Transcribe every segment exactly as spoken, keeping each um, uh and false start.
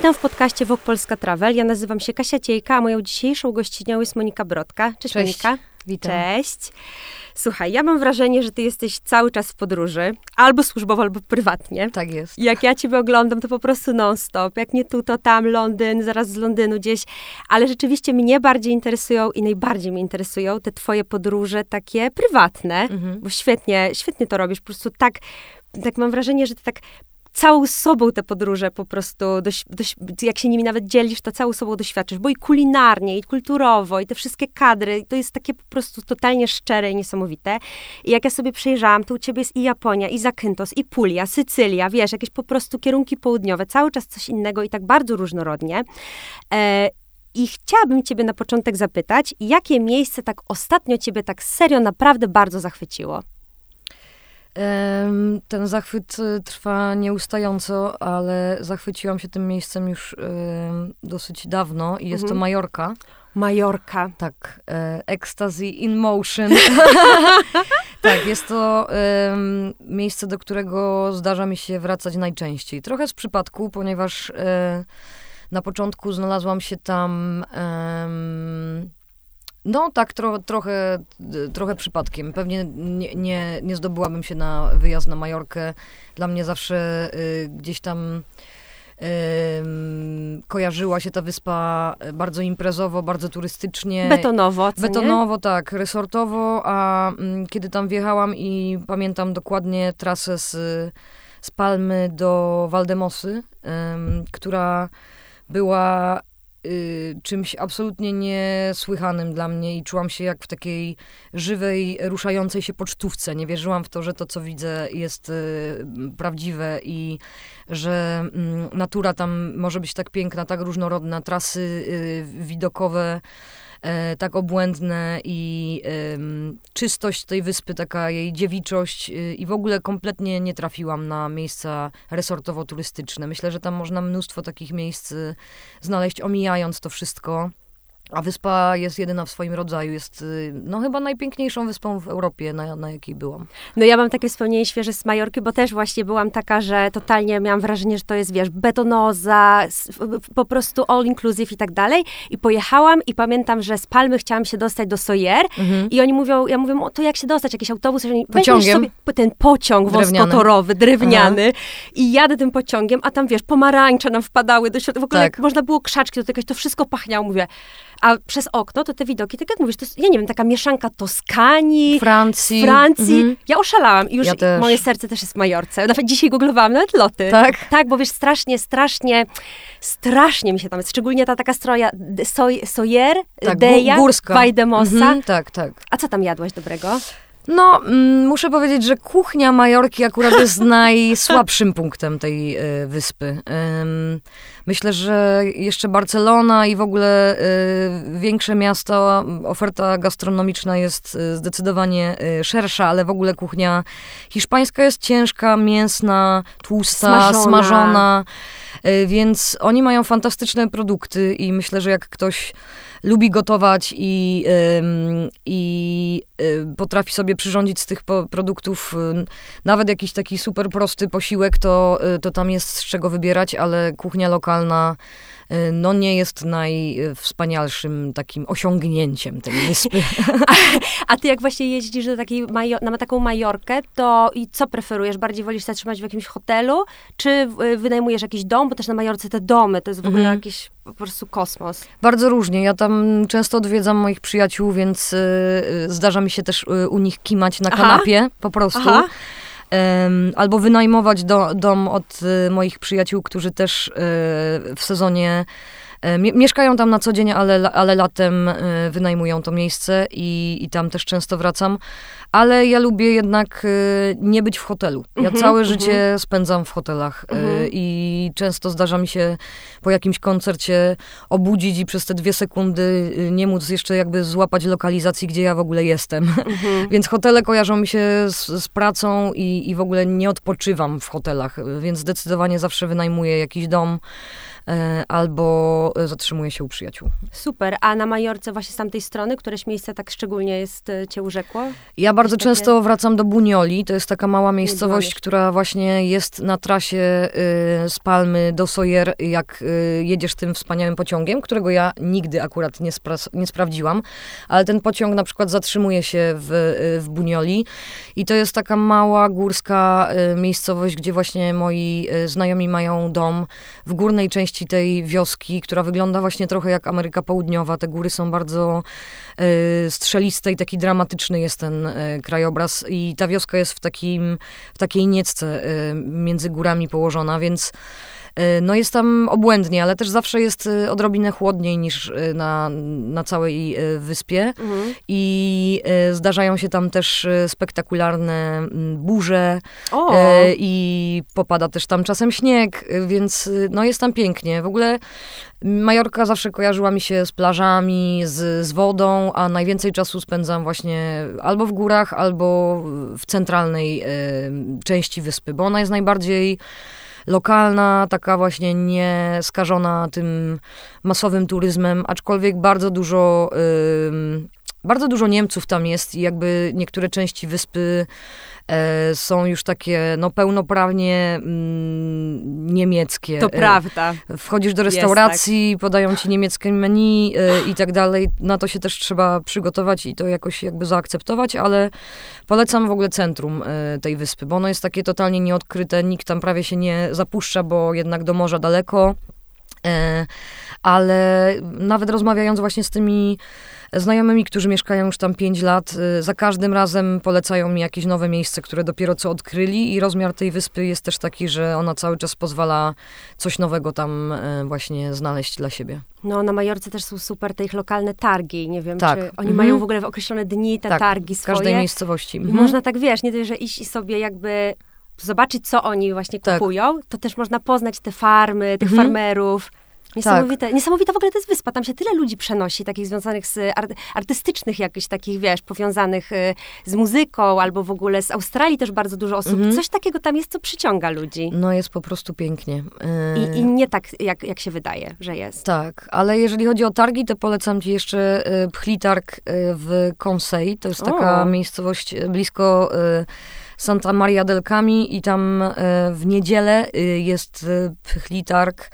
Witam w podcaście Vogue Polska Travel. Ja nazywam się Kasia Ciejka, a moją dzisiejszą gościnią jest Monika Brodka. Cześć, Cześć. Monika. Witam. Cześć. Słuchaj, ja mam wrażenie, że ty jesteś cały czas w podróży, albo służbowo, albo prywatnie. Tak jest. I jak ja ciebie oglądam, to po prostu non-stop. Jak nie tu, to tam, Londyn, zaraz z Londynu gdzieś. Ale rzeczywiście mnie bardziej interesują i najbardziej mnie interesują te twoje podróże takie prywatne, Mhm. bo świetnie, świetnie to robisz. Po prostu tak, tak mam wrażenie, że ty tak całą sobą te podróże po prostu, dość, dość, jak się nimi nawet dzielisz, to całą sobą doświadczysz, bo i kulinarnie, i kulturowo, i te wszystkie kadry, to jest takie po prostu totalnie szczere i niesamowite. I jak ja sobie przejrzałam, to u ciebie jest i Japonia, i Zakynthos, i Puglia, Sycylia, wiesz, jakieś po prostu kierunki południowe, cały czas coś innego i tak bardzo różnorodnie. E, I chciałabym ciebie na początek zapytać, jakie miejsce tak ostatnio ciebie tak serio naprawdę bardzo zachwyciło? Em, Ten zachwyt y, trwa nieustająco, ale zachwyciłam się tym miejscem już em, dosyć dawno i jest Mhm. to Majorka. Majorka. Tak, e, Ecstasy in Motion. Tak, jest to em, miejsce, do którego zdarza mi się wracać najczęściej. Trochę z przypadku, ponieważ e, na początku znalazłam się tam em, no tak tro, trochę, trochę przypadkiem. Pewnie nie, nie, nie zdobyłabym się na wyjazd na Majorkę. Dla mnie zawsze y, gdzieś tam y, kojarzyła się ta wyspa bardzo imprezowo, bardzo turystycznie. Betonowo, co Betonowo, tak, resortowo, a mm, kiedy tam wjechałam i pamiętam dokładnie trasę z, z Palmy do Valdemosy, ym, która była y, czymś absolutnie niesłychanym dla mnie i czułam się jak w takiej żywej, ruszającej się pocztówce. Nie wierzyłam w to, że to, co widzę, jest y, prawdziwe i że y, natura tam może być tak piękna, tak różnorodna, trasy y, widokowe, e, tak obłędne i em, czystość tej wyspy, taka jej dziewiczość y, i w ogóle kompletnie nie trafiłam na miejsca resortowo-turystyczne. Myślę, że tam można mnóstwo takich miejsc y, znaleźć, omijając to wszystko. A wyspa jest jedyna w swoim rodzaju. Jest y, no chyba najpiękniejszą wyspą w Europie, na, na jakiej byłam. No ja mam takie wspomnienie świeże z Majorki, bo też właśnie byłam taka, że totalnie miałam wrażenie, że to jest, wiesz, betonoza, s- po prostu all inclusive i tak dalej. I pojechałam i pamiętam, że z Palmy chciałam się dostać do Sojer Mhm. i oni mówią, ja mówię, o to jak się dostać, jakiś autobus? Oni, weźmiesz Pociągiem? sobie po- ten pociąg Drewniany. wąskotorowy, drewniany i jadę tym pociągiem, a tam, wiesz, pomarańcze nam wpadały do środka, w ogóle Tak. jak można było krzaczki dotykać, to wszystko pachniało, mówię. A przez okno to te widoki, tak jak mówisz, to jest, ja nie wiem, taka mieszanka Toskanii, Francji. Francji. Mhm. Ja oszalałam i już Ja też. moje serce też jest w Majorce. Nawet dzisiaj googlowałam, nawet loty. Tak? Tak, bo wiesz, strasznie, strasznie, strasznie mi się tam, szczególnie ta taka stroja d- soj, Sojer, Tak, Deja, gó- górska. Vajdemosa. Mhm, tak, tak. A co tam jadłaś dobrego? No, mm, muszę powiedzieć, że kuchnia Majorki akurat jest najsłabszym punktem tej e, wyspy. Ym, myślę, że jeszcze Barcelona i w ogóle e, większe miasta, oferta gastronomiczna jest e, zdecydowanie e, szersza, ale w ogóle kuchnia hiszpańska jest ciężka, mięsna, tłusta, Smażona. smażona. E, więc oni mają fantastyczne produkty i myślę, że jak ktoś lubi gotować i, ym, i y, potrafi sobie przyrządzić z tych po, produktów y, nawet jakiś taki super prosty posiłek, to, y, to tam jest z czego wybierać, ale kuchnia lokalna y, no nie jest najwspanialszym takim osiągnięciem tej wyspy. A ty jak właśnie jeździsz do takiej majo- na taką Majorkę, to i co preferujesz? Bardziej wolisz zatrzymać w jakimś hotelu, czy y, wynajmujesz jakiś dom? Bo też na Majorce te domy, to jest w ogóle Mhm. jakiś po prostu kosmos. Bardzo różnie. Ja tam często odwiedzam moich przyjaciół, więc y, y, zdarza mi się też y, u nich kimać na Aha. kanapie po prostu. Aha. Em, albo wynajmować do, dom od y, moich przyjaciół, którzy też y, w sezonie y, mie- mieszkają tam na co dzień, ale, ale latem y, wynajmują to miejsce i, i tam też często wracam. Ale ja lubię jednak y, nie być w hotelu. Ja Mhm, całe mhm. życie spędzam w hotelach y, Mhm. i często zdarza mi się po jakimś koncercie obudzić i przez te dwie sekundy y, nie móc jeszcze jakby złapać lokalizacji, gdzie ja w ogóle jestem. Mhm. Więc hotele kojarzą mi się z, z pracą i, i w ogóle nie odpoczywam w hotelach, więc zdecydowanie zawsze wynajmuję jakiś dom. albo zatrzymuję się u przyjaciół. Super. A na Majorce właśnie z tamtej strony, któreś miejsce tak szczególnie jest cię urzekło? Ja bardzo Jakieś często takie... wracam do Buñoli. To jest taka mała miejscowość, która właśnie jest na trasie y, z Palmy do Sóller, jak y, jedziesz tym wspaniałym pociągiem, którego ja nigdy akurat nie, spra- nie sprawdziłam, ale ten pociąg na przykład zatrzymuje się w, y, w Buñoli i to jest taka mała górska y, miejscowość, gdzie właśnie moi y, znajomi mają dom w górnej części tej wioski, która wygląda właśnie trochę jak Ameryka Południowa. Te góry są bardzo y, strzeliste i taki dramatyczny jest ten y, krajobraz i ta wioska jest w, takim, w takiej niecce y, między górami położona, więc no jest tam obłędnie, ale też zawsze jest odrobinę chłodniej niż na, na całej wyspie. Mhm. I zdarzają się tam też spektakularne burze o. i popada też tam czasem śnieg, więc no jest tam pięknie. W ogóle Majorka zawsze kojarzyła mi się z plażami, z, z wodą, a najwięcej czasu spędzam właśnie albo w górach, albo w centralnej części wyspy, bo ona jest najbardziej lokalna, taka właśnie nie skażona tym masowym turyzmem, aczkolwiek bardzo dużo, yy, bardzo dużo Niemców tam jest i jakby niektóre części wyspy e, są już takie no pełnoprawnie mm, niemieckie. To prawda. Wchodzisz do restauracji, tak. Podają ci niemieckie menu e, i tak dalej. Na to się też trzeba przygotować i to jakoś jakby zaakceptować, ale polecam w ogóle centrum e, tej wyspy, bo ono jest takie totalnie nieodkryte, nikt tam prawie się nie zapuszcza, bo jednak do morza daleko. E, ale nawet rozmawiając właśnie z tymi znajomymi, którzy mieszkają już tam pięć lat, za każdym razem polecają mi jakieś nowe miejsce, które dopiero co odkryli i rozmiar tej wyspy jest też taki, że ona cały czas pozwala coś nowego tam właśnie znaleźć dla siebie. No, na Majorce też są super te ich lokalne targi. Nie wiem, tak. czy oni mhm. mają w ogóle w określone dni te tak, targi swoje. w każdej miejscowości. Mhm. I można tak, wiesz, nie dość, że iść i sobie jakby zobaczyć, co oni właśnie kupują, tak. to też można poznać te farmy, tych mhm. farmerów. Niesamowite, tak. Niesamowita w ogóle to jest wyspa. Tam się tyle ludzi przenosi, takich związanych z art- artystycznych jakichś takich, wiesz, powiązanych y, z muzyką, albo w ogóle z Australii też bardzo dużo osób. Mhm. Coś takiego tam jest, co przyciąga ludzi. No jest po prostu pięknie. Yy... I, I nie tak, jak, jak się wydaje, że jest. Tak, ale jeżeli chodzi o targi, to polecam ci jeszcze y, Pchli Targ y, w Consell. To jest taka o. miejscowość blisko y, Santa Maria del Camí i tam y, w niedzielę y, jest y, Pchli Targ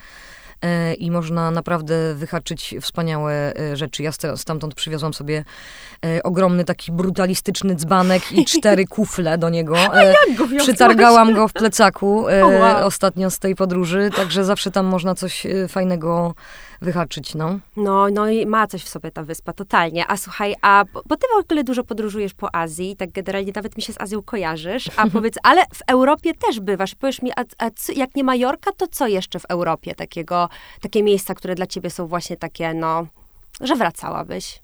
i można naprawdę wyhaczyć wspaniałe rzeczy. Ja stamtąd przywiozłam sobie ogromny taki brutalistyczny dzbanek i cztery kufle do niego. A jak go Przytargałam go w plecaku oh, wow. ostatnio z tej podróży, także zawsze tam można coś fajnego wyhaczyć, no. No, no i ma coś w sobie ta wyspa, totalnie. A słuchaj, a bo ty w ogóle dużo podróżujesz po Azji, tak generalnie nawet mi się z Azją kojarzysz, a powiedz, ale w Europie też bywasz. Powiesz mi, a, a co, jak nie Majorka, to co jeszcze w Europie takiego, takie miejsca, które dla ciebie są właśnie takie, no, że wracałabyś?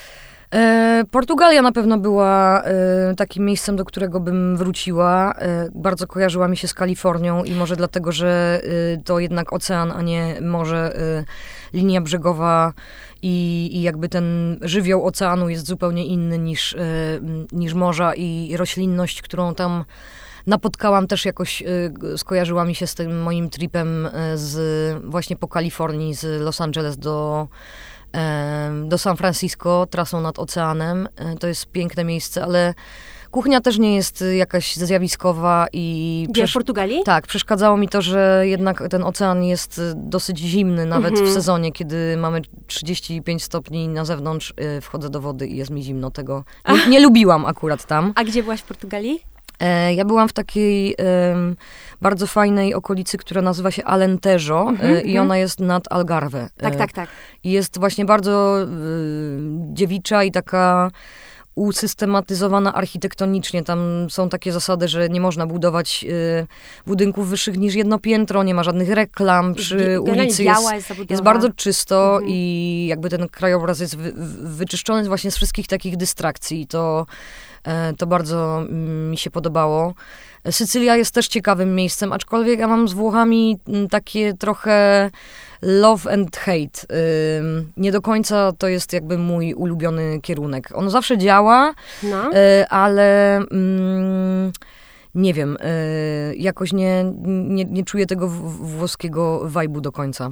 E, Portugalia na pewno była e, takim miejscem, do którego bym wróciła. E, bardzo kojarzyła mi się z Kalifornią i może dlatego, że e, to jednak ocean, a nie morze, e, linia brzegowa i, i jakby ten żywioł oceanu jest zupełnie inny niż, e, niż morza i roślinność, którą tam napotkałam, też jakoś y, skojarzyła mi się z tym moim tripem y, z, właśnie po Kalifornii, z Los Angeles do, y, do San Francisco, trasą nad oceanem. Y, to jest piękne miejsce, ale kuchnia też nie jest jakaś zjawiskowa i... Gdzie, w Portugalii? Tak, przeszkadzało mi to, że jednak ten ocean jest dosyć zimny, nawet mhm. w sezonie, kiedy mamy trzydzieści pięć stopni na zewnątrz, y, wchodzę do wody i jest mi zimno tego. Nie, nie lubiłam akurat tam. A gdzie byłaś w Portugalii? Ja byłam w takiej um, bardzo fajnej okolicy, która nazywa się Alentejo mm-hmm, i ona jest nad Algarve. Tak, tak, tak. I jest właśnie bardzo y, dziewicza i taka usystematyzowana architektonicznie. Tam są takie zasady, że nie można budować y, budynków wyższych niż jedno piętro, nie ma żadnych reklam przy ulicy. Jest, jest, jest bardzo czysto mhm. i jakby ten krajobraz jest wy, wyczyszczony właśnie z wszystkich takich dystrakcji. To, y, to bardzo mi się podobało. Sycylia jest też ciekawym miejscem, aczkolwiek ja mam z Włochami takie trochę love and hate. Nie do końca to jest jakby mój ulubiony kierunek. On zawsze działa, no. ale mm, nie wiem, jakoś nie, nie, nie czuję tego włoskiego vibe'u do końca.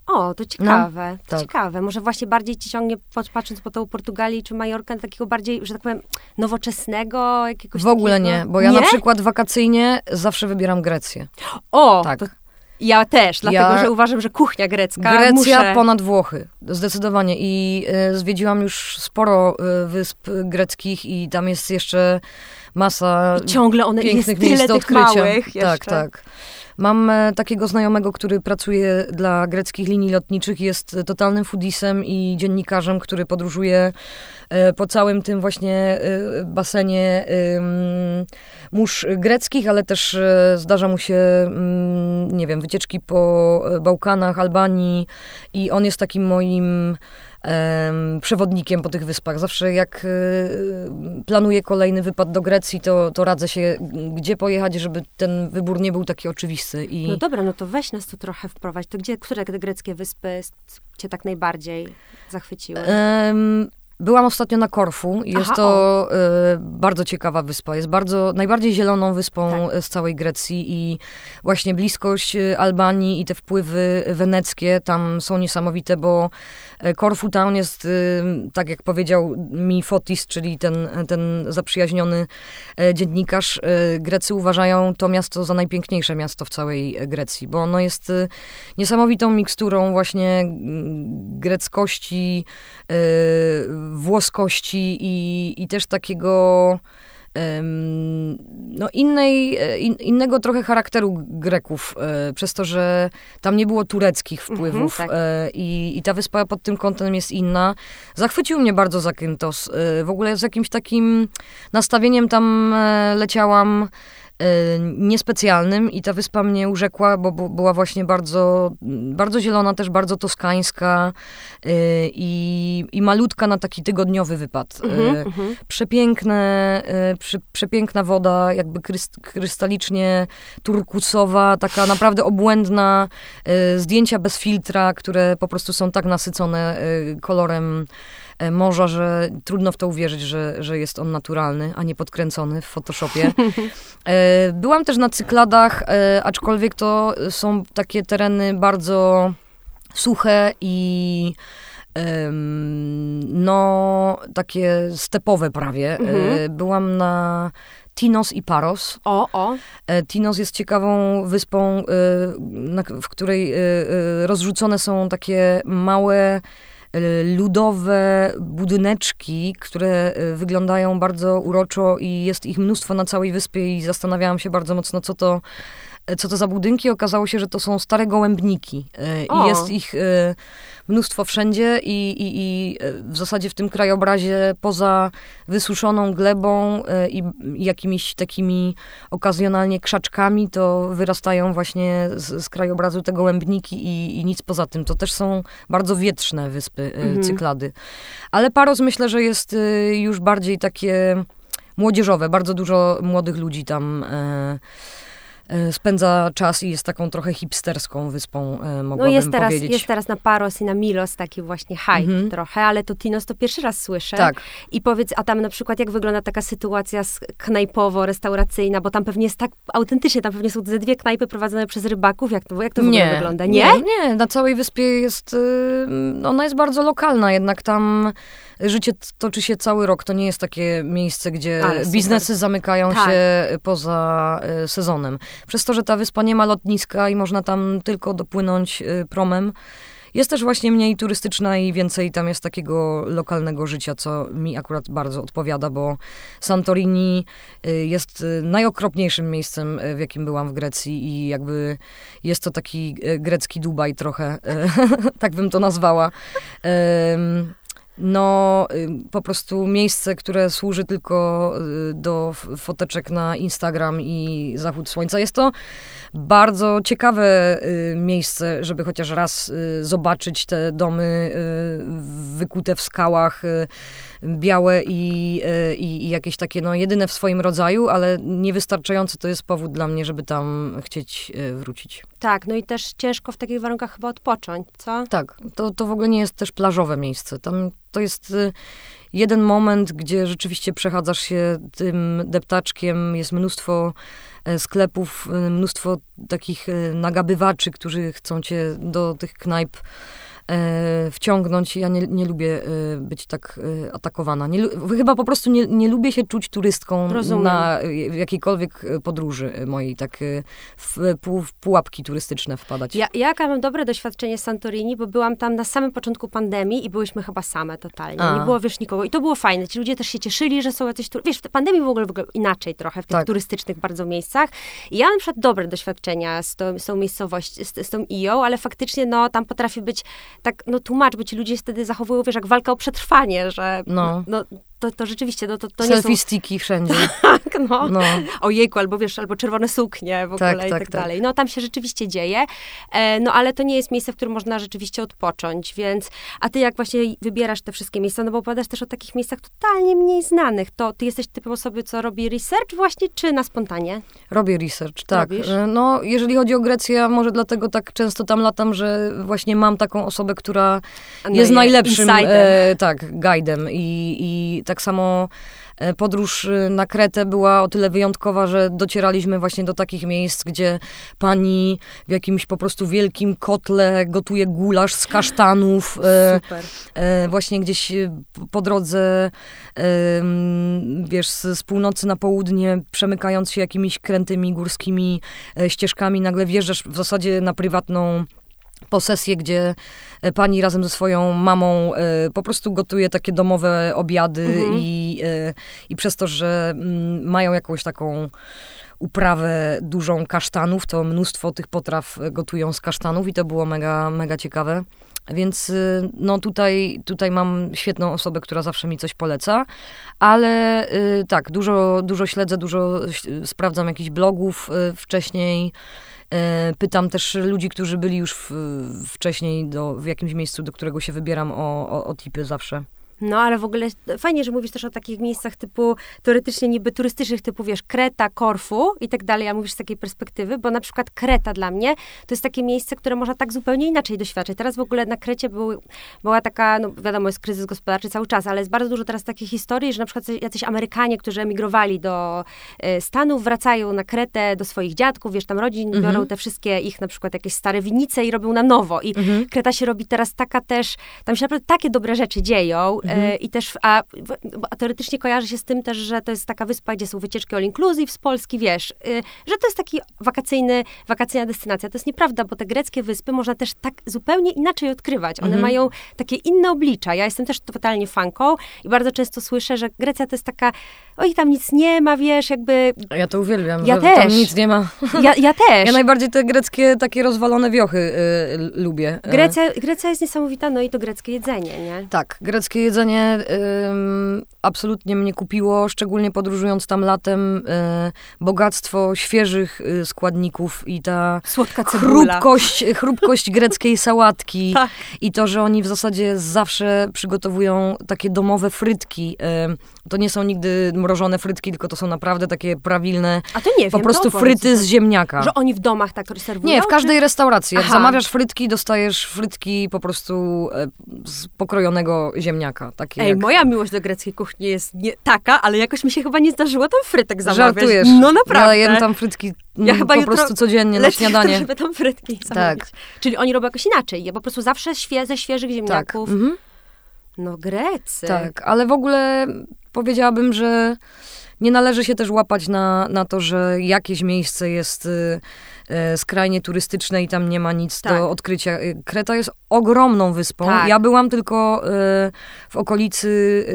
O, to ciekawe, No, to tak. ciekawe. Może właśnie bardziej ci ciągnie, patrząc po tą Portugalię czy Majorkę, na takiego bardziej, że tak powiem, nowoczesnego, jakiegoś W ogóle takiego... nie, bo ja nie? na przykład wakacyjnie zawsze wybieram Grecję. O, Tak. to ja też, dlatego, Ja- że uważam, że kuchnia grecka, Grecja muszę... ponad Włochy, zdecydowanie. I y, zwiedziłam już sporo y, wysp greckich i tam jest jeszcze masa I ciągle one, jest pięknych tyle miejsc do tych odkrycia. małych jeszcze. Tak, tak. Mam e, takiego znajomego, który pracuje dla greckich linii lotniczych, jest totalnym foodisem i dziennikarzem, który podróżuje e, po całym tym właśnie e, basenie e, mórz greckich, ale też e, zdarza mu się, mm, nie wiem, wycieczki po Bałkanach, Albanii i on jest takim moim em, przewodnikiem po tych wyspach. Zawsze jak e, planuję kolejny wypad do Grecji, to, to radzę się, gdzie pojechać, żeby ten wybór nie był taki oczywisty. I No dobra, no to weź nas tu trochę wprowadź. To gdzie, które te greckie wyspy cię tak najbardziej zachwyciły? em, byłam ostatnio na Korfu. Jest Aha, to e, bardzo ciekawa wyspa. Jest bardzo, najbardziej zieloną wyspą Tak. z całej Grecji i właśnie bliskość e, Albanii i te wpływy weneckie tam są niesamowite, bo e, Korfu Town jest, e, tak jak powiedział mi Fotis, czyli ten, ten zaprzyjaźniony e, dziennikarz, e, Grecy uważają to miasto za najpiękniejsze miasto w całej e, Grecji, bo ono jest e, niesamowitą miksturą właśnie mm, greckości, e, włoskości i, i też takiego em, no innej, e, in, innego trochę charakteru Greków, e, przez to, że tam nie było tureckich wpływów Mhm, tak. e, i, i ta wyspa pod tym kątem jest inna. Zachwycił mnie bardzo Zakynthos. E, w ogóle z jakimś takim nastawieniem tam e, leciałam e, niespecjalnym i ta wyspa mnie urzekła, bo, bo była właśnie bardzo, bardzo zielona, też bardzo toskańska e, i, i malutka na taki tygodniowy wypad. E, Mhm, mhm. Przepiękne, e, przy, przepiękna woda, jakby kryst, krystalicznie turkusowa, taka naprawdę obłędna, e, zdjęcia bez filtra, które po prostu są tak nasycone e, kolorem e, morza, że trudno w to uwierzyć, że, że jest on naturalny, a nie podkręcony w Photoshopie. E, Byłam też na Cykladach, e, aczkolwiek to są takie tereny bardzo suche i em, no takie stepowe prawie. Mhm. E, Byłam na Tinos i Paros. O, o. E, Tinos jest ciekawą wyspą, e, na, w której e, e, rozrzucone są takie małe e, ludowe budyneczki, które e, wyglądają bardzo uroczo i jest ich mnóstwo na całej wyspie i zastanawiałam się bardzo mocno, co to, e, co to za budynki. Okazało się, że to są stare gołębniki e, i O. jest ich e, mnóstwo wszędzie i, i, i e, w zasadzie w tym krajobrazie poza wysuszoną glebą e, i i jakimiś takimi okazjonalnie krzaczkami, to wyrastają właśnie z, z krajobrazu te gołębniki i, i nic poza tym. To też są bardzo wietrzne wyspy, e, Mhm. Cyklady. Ale Paros myślę, że jest e, już bardziej takie młodzieżowe. Bardzo dużo młodych ludzi tam e, e, spędza czas i jest taką trochę hipsterską wyspą, e, No mogłabym jest teraz, powiedzieć. jest teraz na Paros i na Milos taki właśnie hype Mhm. trochę, ale to Tinos to pierwszy raz słyszę. Tak. I powiedz, a tam na przykład jak wygląda taka sytuacja z- knajpowo-restauracyjna, bo tam pewnie jest tak autentycznie, tam pewnie są ze dwie knajpy prowadzone przez rybaków, jak to, jak to w ogóle wygląda? Nie? Nie, nie, na całej wyspie jest, y, ona jest bardzo lokalna, jednak tam życie t- toczy się cały rok. To nie jest takie miejsce, gdzie Ale super. biznesy zamykają Tak. się poza y, sezonem. Przez to, że ta wyspa nie ma lotniska i można tam tylko dopłynąć y, promem, jest też właśnie mniej turystyczna i więcej tam jest takiego lokalnego życia, co mi akurat bardzo odpowiada, bo Santorini y, jest y, najokropniejszym miejscem, y, w jakim byłam w Grecji i jakby jest to taki y, grecki Dubaj trochę, y, tak bym to nazwała. Ym, No, y, po prostu miejsce, które służy tylko y, do f- foteczek na Instagram i zachód słońca. Jest to bardzo ciekawe y, miejsce, żeby chociaż raz y, zobaczyć te domy y, wykute w skałach, y, białe i, y, i, i jakieś takie no, jedyne w swoim rodzaju, ale niewystarczający to jest powód dla mnie, żeby tam chcieć y, wrócić. Tak, no i też ciężko w takich warunkach chyba odpocząć, co? Tak, to, to w ogóle nie jest też plażowe miejsce. Tam to jest y, jeden moment, gdzie rzeczywiście przechadzasz się tym deptaczkiem, jest mnóstwo sklepów, mnóstwo takich nagabywaczy, którzy chcą cię do tych knajp e, wciągnąć. Ja nie, nie lubię e, być tak e, atakowana. Nie, chyba po prostu nie, nie lubię się czuć turystką Rozumiem. na w jakiejkolwiek podróży mojej, tak e, w, pół, w pułapki turystyczne wpadać. Ja, ja mam dobre doświadczenie z Santorini, bo byłam tam na samym początku pandemii i byłyśmy chyba same totalnie. A. Nie było, wiesz, nikogo. I to było fajne. Ci ludzie też się cieszyli, że są jacyś... Tur- wiesz, w tej pandemii w ogóle, w ogóle inaczej trochę, w tych Tak. turystycznych bardzo miejscach. I ja mam na przykład dobre doświadczenia z, to, z tą miejscowością, z, z tą Iją, ale faktycznie, no, tam potrafi być tak, no, tłumacz, bo ci ludzie wtedy zachowują, wiesz, jak walka o przetrwanie, że... No. no to, to rzeczywiście, no to, to nie są... Selfie sticki wszędzie. Tak, no. No. Ojejku, albo wiesz, albo czerwone suknie w ogóle Tak, i tak, tak, tak. dalej. No tam się rzeczywiście dzieje, e, no ale to nie jest miejsce, w którym można rzeczywiście odpocząć, więc, a ty jak właśnie wybierasz te wszystkie miejsca, no bo opowiadasz też o takich miejscach totalnie mniej znanych, to ty jesteś typem osoby, co robi research właśnie, czy na spontanie? Robię research, tak. Robisz? No, jeżeli chodzi o Grecję, może dlatego tak często tam latam, że właśnie mam taką osobę, która No jest je- najlepszym insiderem. e, tak, guidem. I, I tak samo e, podróż e, na Kretę była o tyle wyjątkowa, że docieraliśmy właśnie do takich miejsc, gdzie pani w jakimś po prostu wielkim kotle gotuje gulasz z kasztanów. E, Super. E, właśnie gdzieś e, po drodze, e, m, wiesz, z, z północy na południe, przemykając się jakimiś krętymi górskimi e, ścieżkami, nagle wjeżdżasz w zasadzie na prywatną posesję, gdzie e, pani razem ze swoją mamą e, po prostu gotuje takie domowe obiady Mhm. i, e, i przez to, że mm, mają jakąś taką uprawę dużą kasztanów, to mnóstwo tych potraw gotują z kasztanów i to było mega, mega ciekawe. Więc y, no tutaj, tutaj mam świetną osobę, która zawsze mi coś poleca, ale y, tak, dużo, dużo śledzę, dużo ś- sprawdzam jakichś blogów y, wcześniej. Y, Pytam też ludzi, którzy byli już w, wcześniej do, w jakimś miejscu, do którego się wybieram, o, o, o tipy zawsze. No, ale w ogóle fajnie, że mówisz też o takich miejscach typu, teoretycznie niby turystycznych, typu, wiesz, Kreta, Korfu i tak dalej, a mówisz z takiej perspektywy, bo na przykład Kreta dla mnie to jest takie miejsce, które można tak zupełnie inaczej doświadczyć. Teraz w ogóle na Krecie był, była taka, no wiadomo, jest kryzys gospodarczy cały czas, ale jest bardzo dużo teraz takich historii, że na przykład jacyś Amerykanie, którzy emigrowali do e, Stanów, wracają na Kretę do swoich dziadków, wiesz, tam rodzin, Mhm. biorą te wszystkie ich na przykład jakieś stare winnice i robią na nowo. I Mhm. Kreta się robi teraz taka też, tam się naprawdę takie dobre rzeczy dzieją e, i też, a, a teoretycznie kojarzy się z tym też, że to jest taka wyspa, gdzie są wycieczki all inclusive z Polski, wiesz, y, że to jest taki wakacyjny, wakacyjna destynacja. To jest nieprawda, bo te greckie wyspy można też tak zupełnie inaczej odkrywać. One Mhm. mają takie inne oblicza. Ja jestem też totalnie fanką i bardzo często słyszę, że Grecja to jest taka, oj, tam nic nie ma, wiesz, jakby... Ja to uwielbiam, Ja że też. tam nic nie ma. Ja, ja też. Ja najbardziej te greckie, takie rozwalone wiochy y, lubię. Y, Grecja, Grecja jest niesamowita, no i to greckie jedzenie, nie? Tak, greckie jedzenie ym, absolutnie mnie kupiło, szczególnie podróżując tam latem. Y, bogactwo świeżych y, składników i ta Słodka cebula. chrupkość, chrupkość greckiej sałatki. Tak. I to, że oni w zasadzie zawsze przygotowują takie domowe frytki. Ym, to nie są nigdy mrożone frytki, tylko to są naprawdę takie prawilne, A to nie wiem. po prostu to opowiedz, fryty co- z ziemniaka. Że oni w domach tak serwują? Nie, w każdej restauracji. Jak Aha. zamawiasz frytki, dostajesz frytki po prostu e, z pokrojonego ziemniaka. Takie Ej, jak... moja miłość do greckiej kuchni jest nie taka, ale jakoś mi się chyba nie zdarzyło tam frytek zamawiać. Żartujesz. No naprawdę. Ja jem tam frytki Ja mm, chyba po jutro prostu codziennie na lecę śniadanie. jutro, żeby tam frytki zamawiać. Tak. Czyli oni robią jakoś inaczej. Ja po prostu zawsze świe, ze świeżych Tak. ziemniaków. Mhm. No Grecy. Tak, ale w ogóle powiedziałabym, że nie należy się też łapać na, na to, że jakieś miejsce jest y, y, skrajnie turystyczne i tam nie ma nic Tak. do odkrycia. Y, Kreta jest ogromną wyspą. Tak. Ja byłam tylko y, w okolicy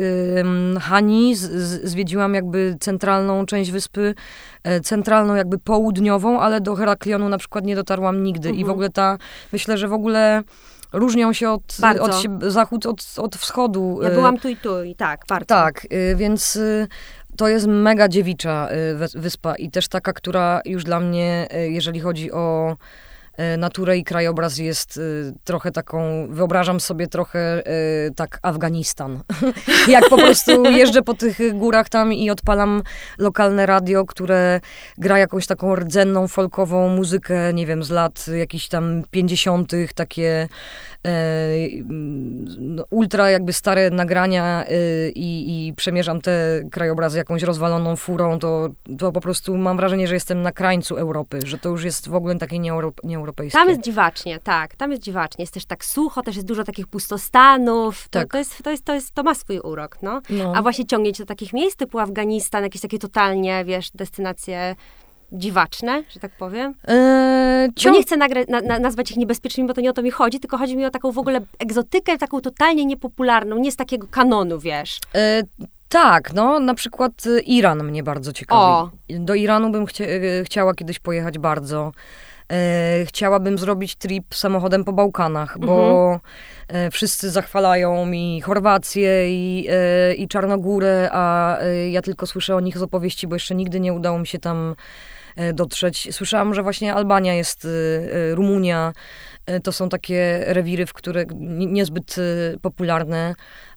y, Hani, z, z, zwiedziłam jakby centralną część wyspy, y, centralną jakby południową, ale do Heraklionu na przykład nie dotarłam nigdy. Mhm. I w ogóle ta, myślę, że w ogóle różnią się od, Bardzo. od siebie- zachód od, od wschodu. Ja y, byłam tu i tu i tak, bardzo. tak, y, więc y, to jest mega dziewicza y, wes- wyspa i też taka, która już dla mnie, y, jeżeli chodzi o y, naturę i krajobraz, jest y, trochę taką, wyobrażam sobie trochę y, tak Afganistan. Jak po prostu jeżdżę po tych górach tam i odpalam lokalne radio, które gra jakąś taką rdzenną, folkową muzykę, nie wiem, z lat jakichś tam pięćdziesiątych, takie no, ultra jakby stare nagrania i, i przemierzam te krajobrazy jakąś rozwaloną furą, to, to po prostu mam wrażenie, że jestem na krańcu Europy, że to już jest w ogóle takie nieeuro, nieeuropejskie. Tam jest dziwacznie, tak, tam jest dziwacznie. Jest też tak sucho, też jest dużo takich pustostanów. To, tak. to, jest, to, jest, to, jest, to ma swój urok, no. no. A właśnie ciągnie cię do takich miejsc typu Afganistan, jakieś takie totalnie, wiesz, destynacje dziwaczne, że tak powiem. Eee, Bo nie chcę nagra- na, na, nazwać ich niebezpiecznymi, bo to nie o to mi chodzi, tylko chodzi mi o taką w ogóle egzotykę, taką totalnie niepopularną, nie z takiego kanonu, wiesz. Eee, tak, no na przykład Iran mnie bardzo ciekawi. O. Do Iranu bym chcia- chciała kiedyś pojechać bardzo. E, chciałabym zrobić trip samochodem po Bałkanach, bo mhm. e, wszyscy zachwalają mi Chorwację i, e, i Czarnogórę, a e, ja tylko słyszę o nich z opowieści, bo jeszcze nigdy nie udało mi się tam e, dotrzeć. Słyszałam, że właśnie Albania jest, e, Rumunia, e, to są takie rewiry, w które n- niezbyt e, popularne,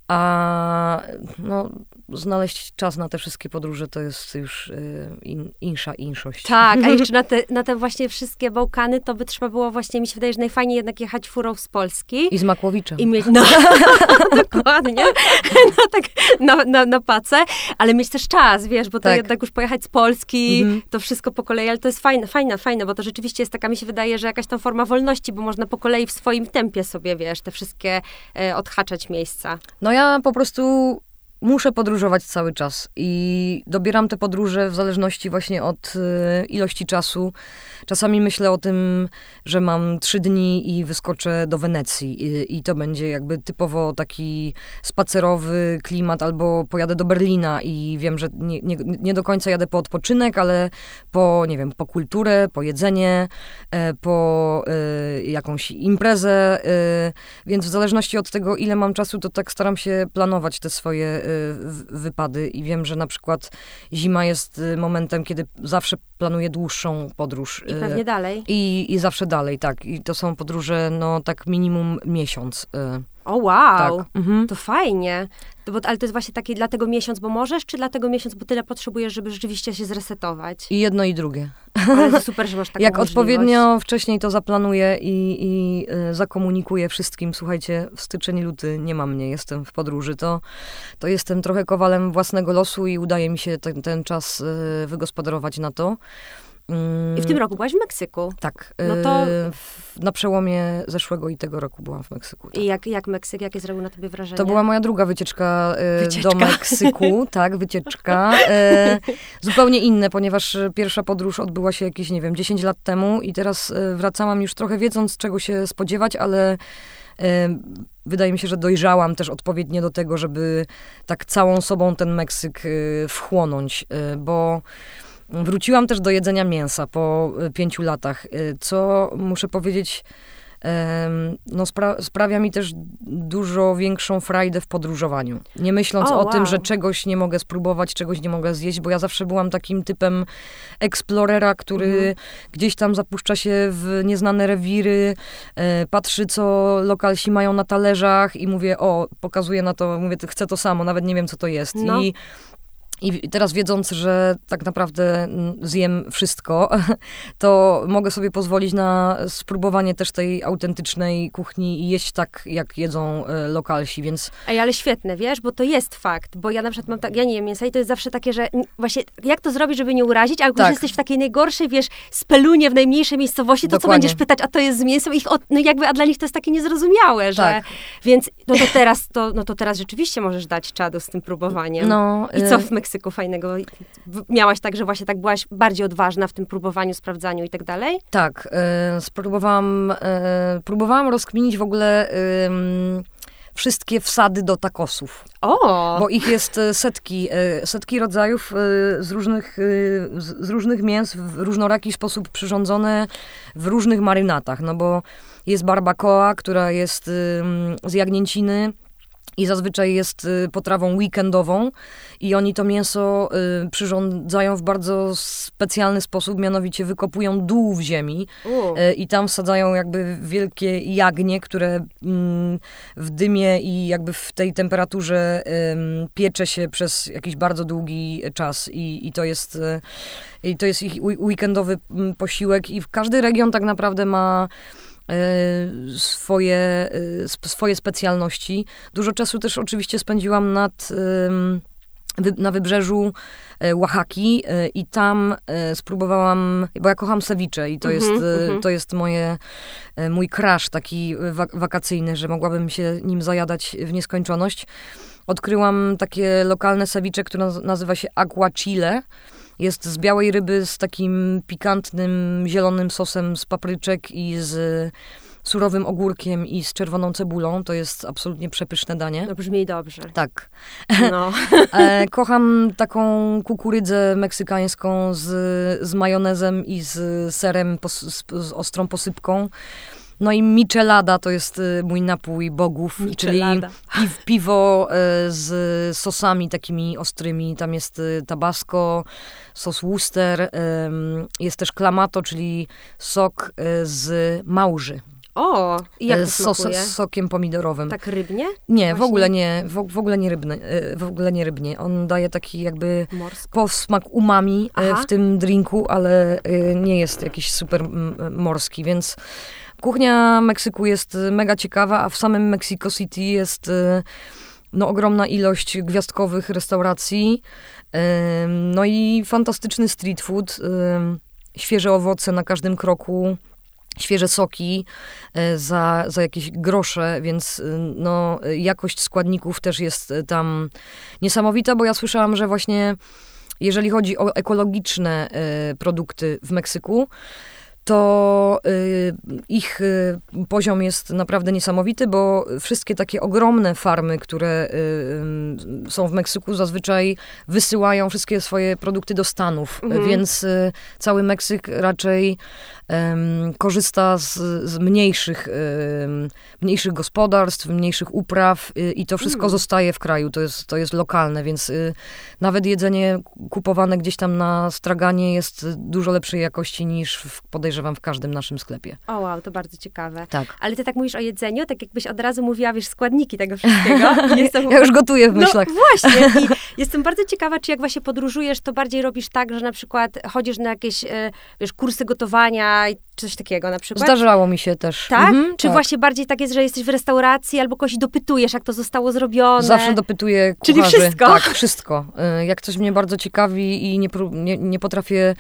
a no, znaleźć czas na te wszystkie podróże to jest już y, in, insza inszość. Tak, a jeszcze na te, na te właśnie wszystkie Bałkany to by trzeba było właśnie, mi się wydaje, że najfajniej jednak jechać furą z Polski. I z Makłowiczem. I mieć, no, dokładnie, no tak na, na, na pacę, ale mieć też czas, wiesz, bo to tak. jednak już pojechać z Polski, mhm. to wszystko po kolei, ale to jest fajne, fajne, fajne, bo to rzeczywiście jest taka, mi się wydaje, że jakaś tam forma wolności, bo można po kolei w swoim tempie sobie, wiesz, te wszystkie e, odhaczać miejsca. No ja po prostu muszę podróżować cały czas i dobieram te podróże w zależności właśnie od y, ilości czasu. Czasami myślę o tym, że mam trzy dni i wyskoczę do Wenecji i, i to będzie jakby typowo taki spacerowy klimat, albo pojadę do Berlina i wiem, że nie, nie, nie do końca jadę po odpoczynek, ale po, nie wiem, po kulturę, po jedzenie, e, po e, jakąś imprezę, e, więc w zależności od tego, ile mam czasu, to tak staram się planować te swoje e, wypady i wiem, że na przykład zima jest momentem, kiedy zawsze planuję dłuższą podróż. I pewnie dalej. I, i zawsze dalej, tak. I to są podróże, no tak minimum miesiąc. O wow, tak. mhm. To fajnie. To, bo, ale to jest właśnie taki dlatego miesiąc, bo możesz, czy dlatego miesiąc, bo tyle potrzebujesz, żeby rzeczywiście się zresetować? I jedno i drugie. Ale to super, że masz taką Jak możliwość. odpowiednio wcześniej to zaplanuję i, i y, zakomunikuję wszystkim, słuchajcie, w styczeń, luty nie ma mnie, jestem w podróży, to, to jestem trochę kowalem własnego losu i udaje mi się ten, ten czas y, wygospodarować na to. I w tym roku byłaś w Meksyku. Tak. No to... W, na przełomie zeszłego i tego roku byłam w Meksyku. Tak. I jak, jak Meksyk, jakie zrobił na tobie wrażenie? To była moja druga wycieczka, wycieczka. do Meksyku. Tak, wycieczka. E, zupełnie inne, ponieważ pierwsza podróż odbyła się jakieś, nie wiem, dziesięć lat temu i teraz wracałam już trochę wiedząc, czego się spodziewać, ale e, wydaje mi się, że dojrzałam też odpowiednio do tego, żeby tak całą sobą ten Meksyk e, wchłonąć, e, bo wróciłam też do jedzenia mięsa po pięciu latach, co muszę powiedzieć, no spra- sprawia mi też dużo większą frajdę w podróżowaniu. Nie myśląc o, o wow. tym, że czegoś nie mogę spróbować, czegoś nie mogę zjeść, bo ja zawsze byłam takim typem eksplorera, który mhm. gdzieś tam zapuszcza się w nieznane rewiry, e, patrzy, co lokalsi mają na talerzach i mówię, o, pokazuję na to, mówię, chcę to samo, nawet nie wiem, co to jest. No. I I teraz wiedząc, że tak naprawdę zjem wszystko, to mogę sobie pozwolić na spróbowanie też tej autentycznej kuchni i jeść tak, jak jedzą lokalsi, więc... Ej, ale świetne, wiesz, bo to jest fakt, bo ja na przykład mam tak, ja nie jem mięsa i to jest zawsze takie, że właśnie jak to zrobić, żeby nie urazić, albo tak. że jesteś w takiej najgorszej, wiesz, spelunie w najmniejszej miejscowości, to Dokładnie. co będziesz pytać, a to jest z mięsem, ich od, no jakby, a dla nich to jest takie niezrozumiałe, że... Tak. Więc, no to teraz, to, no to teraz rzeczywiście możesz dać czadu z tym próbowaniem. No, I co w Meksyku fajnego? Miałaś tak, że właśnie tak byłaś bardziej odważna w tym próbowaniu, sprawdzaniu i tak dalej? Tak, y, spróbowałam, y, próbowałam rozkminić w ogóle y, wszystkie wsady do tacosów. O! Bo ich jest setki, setki rodzajów z różnych, z różnych mięs, w różnoraki sposób przyrządzone w różnych marynatach. No bo jest barbacoa, która jest z jagnięciny, i zazwyczaj jest potrawą weekendową i oni to mięso y, przyrządzają w bardzo specjalny sposób, mianowicie wykopują dół w ziemi y, i tam wsadzają jakby wielkie jagnię, które y, w dymie i jakby w tej temperaturze y, piecze się przez jakiś bardzo długi czas i, i to jest y, i to jest ich weekendowy posiłek i każdy region tak naprawdę ma swoje, swoje specjalności. Dużo czasu też oczywiście spędziłam nad, na wybrzeżu Oaxaki i tam spróbowałam, bo ja kocham ceviche i to, mm-hmm, jest, mm-hmm. to jest moje, mój crush taki wakacyjny, że mogłabym się nim zajadać w nieskończoność. Odkryłam takie lokalne ceviche, które nazywa się aguachile. Jest z białej ryby z takim pikantnym, zielonym sosem z papryczek i z surowym ogórkiem i z czerwoną cebulą. To jest absolutnie przepyszne danie. No brzmi dobrze. Tak. No. e, kocham taką kukurydzę meksykańską z, z majonezem i z serem, pos, z, z ostrą posypką. No i michelada to jest mój napój bogów, michelada. Czyli pi- piwo z sosami takimi ostrymi. Tam jest tabasco, sos Worcester, jest też clamato, czyli sok z małży. O, i jak to Sos, smakuje? z sokiem pomidorowym. Tak rybnie? Nie, Właśnie? w ogóle nie, w, w ogóle nie rybny, w ogóle nie rybnie. On daje taki jakby Morsko. posmak umami Aha. w tym drinku, ale nie jest jakiś super morski, więc kuchnia Meksyku jest mega ciekawa, a w samym Mexico City jest no, ogromna ilość gwiazdkowych restauracji, no i fantastyczny street food, świeże owoce na każdym kroku, świeże soki za, za jakieś grosze, więc no, jakość składników też jest tam niesamowita, bo ja słyszałam, że właśnie jeżeli chodzi o ekologiczne produkty w Meksyku, to y, ich y, poziom jest naprawdę niesamowity, bo wszystkie takie ogromne farmy, które y, y, są w Meksyku, zazwyczaj wysyłają wszystkie swoje produkty do Stanów, mhm. więc y, cały Meksyk raczej y, korzysta z, z mniejszych, y, mniejszych gospodarstw, mniejszych upraw y, i to wszystko mhm. zostaje w kraju, to jest, to jest lokalne, więc y, nawet jedzenie kupowane gdzieś tam na straganie jest dużo lepszej jakości niż w, podejrzewam, w każdym naszym sklepie. O wow, to bardzo ciekawe. Tak. Ale ty tak mówisz o jedzeniu, tak jakbyś od razu mówiła, wiesz, składniki tego wszystkiego. Jestem... Ja już gotuję w myślach. No właśnie. I jestem bardzo ciekawa, czy jak właśnie podróżujesz, to bardziej robisz tak, że na przykład chodzisz na jakieś, wiesz, kursy gotowania i coś takiego na przykład? Zdarzało mi się też. Tak? Mhm, czy tak. właśnie bardziej tak jest, że jesteś w restauracji albo kogoś dopytujesz, jak to zostało zrobione? Zawsze dopytuję kucharzy. Czyli wszystko? Tak, wszystko. Jak coś mnie bardzo ciekawi i nie, nie, nie potrafię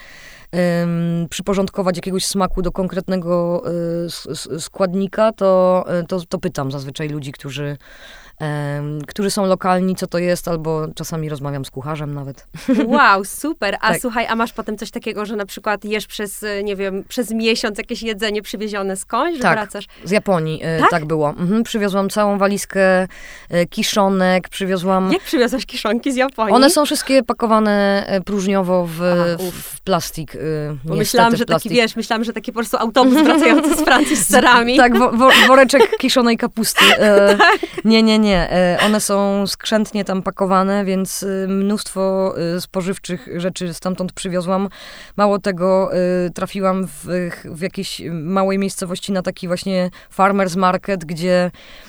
Um, przyporządkować jakiegoś smaku do konkretnego y, składnika, to, to, to pytam zazwyczaj ludzi, którzy, um, którzy są lokalni, co to jest, albo czasami rozmawiam z kucharzem nawet. Wow, super. A tak. słuchaj, a masz potem coś takiego, że na przykład jesz przez, nie wiem, przez miesiąc jakieś jedzenie przywiezione skądś, że tak, wracasz? z Japonii y, tak? tak było. Mhm, przywiozłam całą walizkę y, kiszonek, przywiozłam... Jak przywiozłaś kiszonki z Japonii? One są wszystkie pakowane próżniowo w, a, w, w plastik. Bo myślałam, że taki, wiesz, myślałam, że taki po prostu autobus wracający z Francji z serami. Tak, wo, wo, woreczek kiszonej kapusty. E, tak. Nie, nie, nie. E, one są skrzętnie tam pakowane, więc mnóstwo e, spożywczych rzeczy stamtąd przywiozłam. Mało tego, e, trafiłam w, w jakiejś małej miejscowości na taki właśnie farmers market, gdzie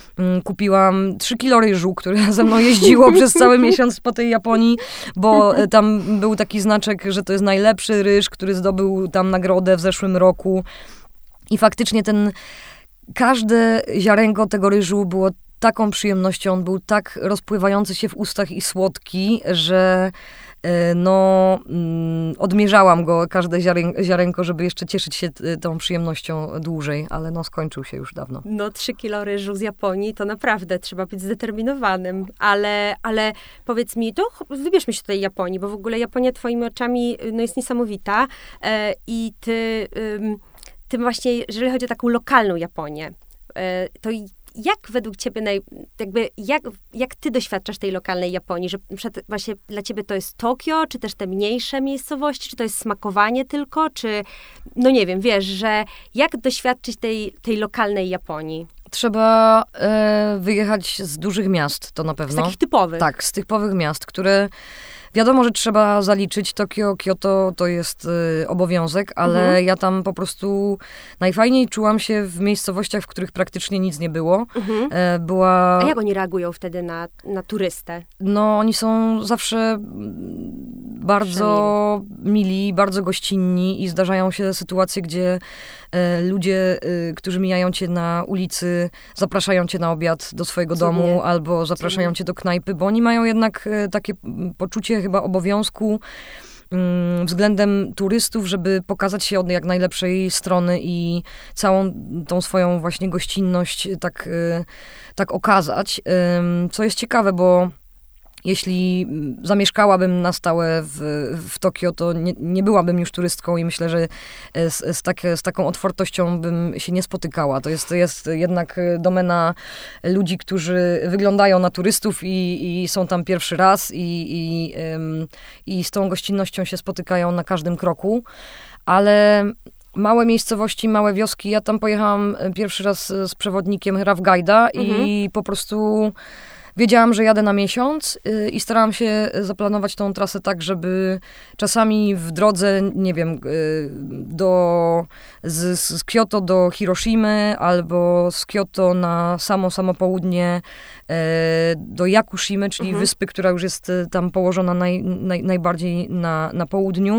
kupiłam trzy kilo ryżu, które ze mną jeździło przez cały miesiąc po tej Japonii, bo tam był taki znaczek, że to jest najlepszy ryż, który zdobył tam nagrodę w zeszłym roku. I faktycznie ten, każde ziarenko tego ryżu było taką przyjemnością, on był tak rozpływający się w ustach i słodki, że no, odmierzałam go, każde ziarenko, żeby jeszcze cieszyć się tą przyjemnością dłużej, ale no skończył się już dawno. No trzy kilo ryżu z Japonii, to naprawdę trzeba być zdeterminowanym, ale, ale powiedz mi, to wybierzmy się do tej Japonii, bo w ogóle Japonia twoimi oczami no, jest niesamowita e, i ty, ym, ty właśnie, jeżeli chodzi o taką lokalną Japonię, e, to jak według ciebie, naj, jakby, jak, jak ty doświadczasz tej lokalnej Japonii? Że właśnie dla ciebie to jest Tokio, czy też te mniejsze miejscowości, czy to jest smakowanie tylko, czy, no nie wiem, wiesz, że jak doświadczyć tej, tej lokalnej Japonii? Trzeba e, wyjechać z dużych miast, to na pewno. Z takich typowych? Tak, z typowych miast, które wiadomo, że trzeba zaliczyć. Tokio, Kyoto to jest y, obowiązek, ale mhm. ja tam po prostu najfajniej czułam się w miejscowościach, w których praktycznie nic nie było. Mhm. E, była... A jak oni reagują wtedy na, na turystę? No, oni są zawsze bardzo mili, bardzo gościnni i zdarzają się sytuacje, gdzie e, ludzie, e, którzy mijają cię na ulicy, zapraszają cię na obiad do swojego Cudnie. domu albo zapraszają Cudnie. cię do knajpy, bo oni mają jednak e, takie poczucie chyba obowiązku względem turystów, żeby pokazać się od jak najlepszej strony i całą tą swoją właśnie gościnność tak, tak okazać. Co jest ciekawe, bo jeśli zamieszkałabym na stałe w, w Tokio, to nie, nie byłabym już turystką i myślę, że z, z, tak, z taką otwartością bym się nie spotykała. To jest, to jest jednak domena ludzi, którzy wyglądają na turystów i, i są tam pierwszy raz i, i, ym, i z tą gościnnością się spotykają na każdym kroku. Ale małe miejscowości, małe wioski, ja tam pojechałam pierwszy raz z przewodnikiem Rough Guide'a mhm. i po prostu wiedziałam, że jadę na miesiąc yy, i starałam się zaplanować tą trasę tak, żeby czasami w drodze, nie wiem, yy, do, z, z Kyoto do Hiroshimy albo z Kyoto na samo, samo południe yy, do Yakushimy, czyli mhm. wyspy, która już jest tam położona naj, naj, najbardziej na, na południu.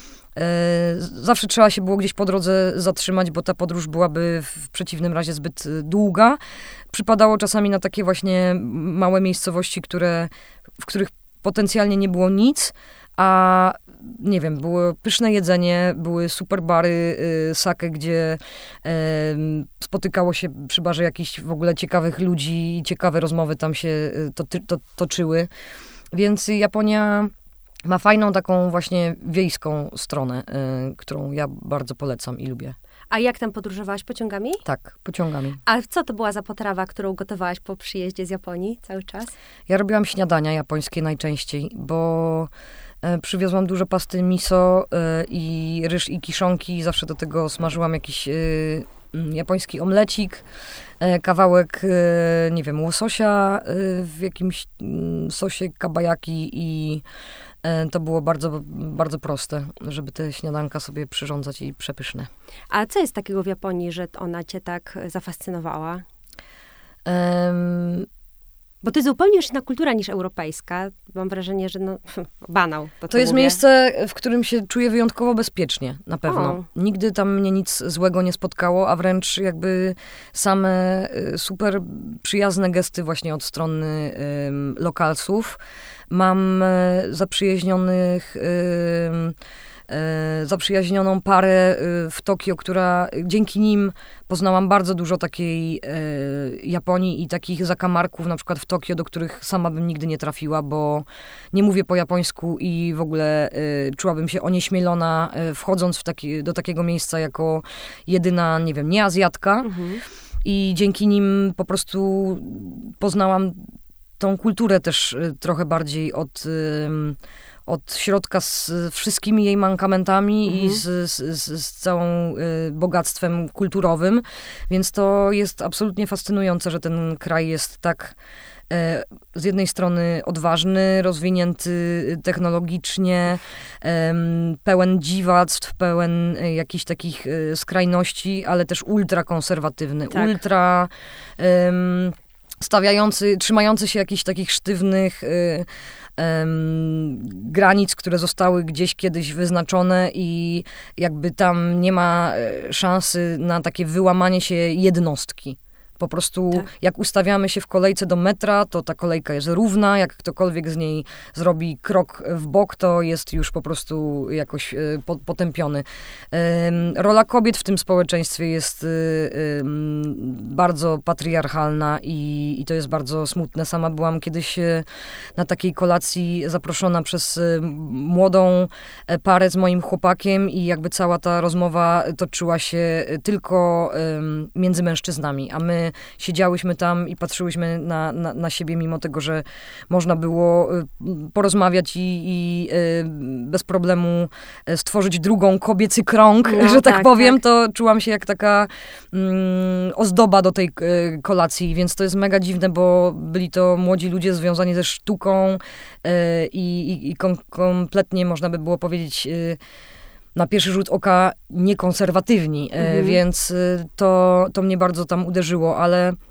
Zawsze trzeba się było gdzieś po drodze zatrzymać, bo ta podróż byłaby w przeciwnym razie zbyt długa. Przypadało czasami na takie właśnie małe miejscowości, które, w których potencjalnie nie było nic, a nie wiem, było pyszne jedzenie, były super bary, y, sake, gdzie y, spotykało się przy barze jakichś w ogóle ciekawych ludzi i ciekawe rozmowy tam się y, to, to, toczyły. Więc Japonia ma fajną taką właśnie wiejską stronę, y, którą ja bardzo polecam i lubię. A jak tam podróżowałaś? Pociągami? Tak, pociągami. A co to była za potrawa, którą gotowałaś po przyjeździe z Japonii cały czas? Ja robiłam śniadania japońskie najczęściej, bo y, przywiozłam dużo pasty miso y, i ryż i kiszonki i zawsze do tego smażyłam jakiś y, japoński omlecik, y, kawałek, y, nie wiem, łososia y, w jakimś y, sosie kabayaki i to było bardzo, bardzo proste, żeby te śniadanka sobie przyrządzać i przepyszne. A co jest takiego w Japonii, że ona cię tak zafascynowała? Um, Bo to jest zupełnie już inna kultura niż europejska. Mam wrażenie, że no, banał. To, to jest mówię. miejsce, w którym się czuję wyjątkowo bezpiecznie, na pewno. O. Nigdy tam mnie nic złego nie spotkało, a wręcz jakby same super przyjazne gesty właśnie od strony um, lokalsów. Mam zaprzyjaźnionych, zaprzyjaźnioną parę w Tokio, która dzięki nim poznałam bardzo dużo takiej Japonii i takich zakamarków, na przykład w Tokio, do których sama bym nigdy nie trafiła, bo nie mówię po japońsku i w ogóle czułabym się onieśmielona, wchodząc w taki, do takiego miejsca jako jedyna, nie wiem, nie Azjatka. Mhm. I dzięki nim po prostu poznałam tą kulturę też trochę bardziej od, od środka z wszystkimi jej mankamentami mhm. i z, z, z całą bogactwem kulturowym. Więc to jest absolutnie fascynujące, że ten kraj jest tak z jednej strony odważny, rozwinięty technologicznie, pełen dziwactw, pełen jakichś takich skrajności, ale też ultra konserwatywny, tak. ultra um, stawiający, trzymający się jakichś takich sztywnych y, um, granic, które zostały gdzieś kiedyś wyznaczone i jakby tam nie ma szansy na takie wyłamanie się jednostki. Po prostu tak. jak ustawiamy się w kolejce do metra, to ta kolejka jest równa, jak ktokolwiek z niej zrobi krok w bok, to jest już po prostu jakoś y, po, potępiony. Y, rola kobiet w tym społeczeństwie jest y, y, bardzo patriarchalna i, i to jest bardzo smutne. Sama byłam kiedyś y, na takiej kolacji zaproszona przez y, młodą parę z moim chłopakiem i jakby cała ta rozmowa toczyła się tylko y, między mężczyznami, a my siedziałyśmy tam i patrzyłyśmy na, na, na siebie, mimo tego, że można było porozmawiać i, i bez problemu stworzyć drugą kobiecy krąg, no, że tak, tak powiem, tak. To czułam się jak taka mm, ozdoba do tej kolacji, więc to jest mega dziwne, bo byli to młodzi ludzie związani ze sztuką y, i, i kom, kompletnie, można by było powiedzieć, y, na pierwszy rzut oka niekonserwatywni, mhm. więc to, to mnie bardzo tam uderzyło, ale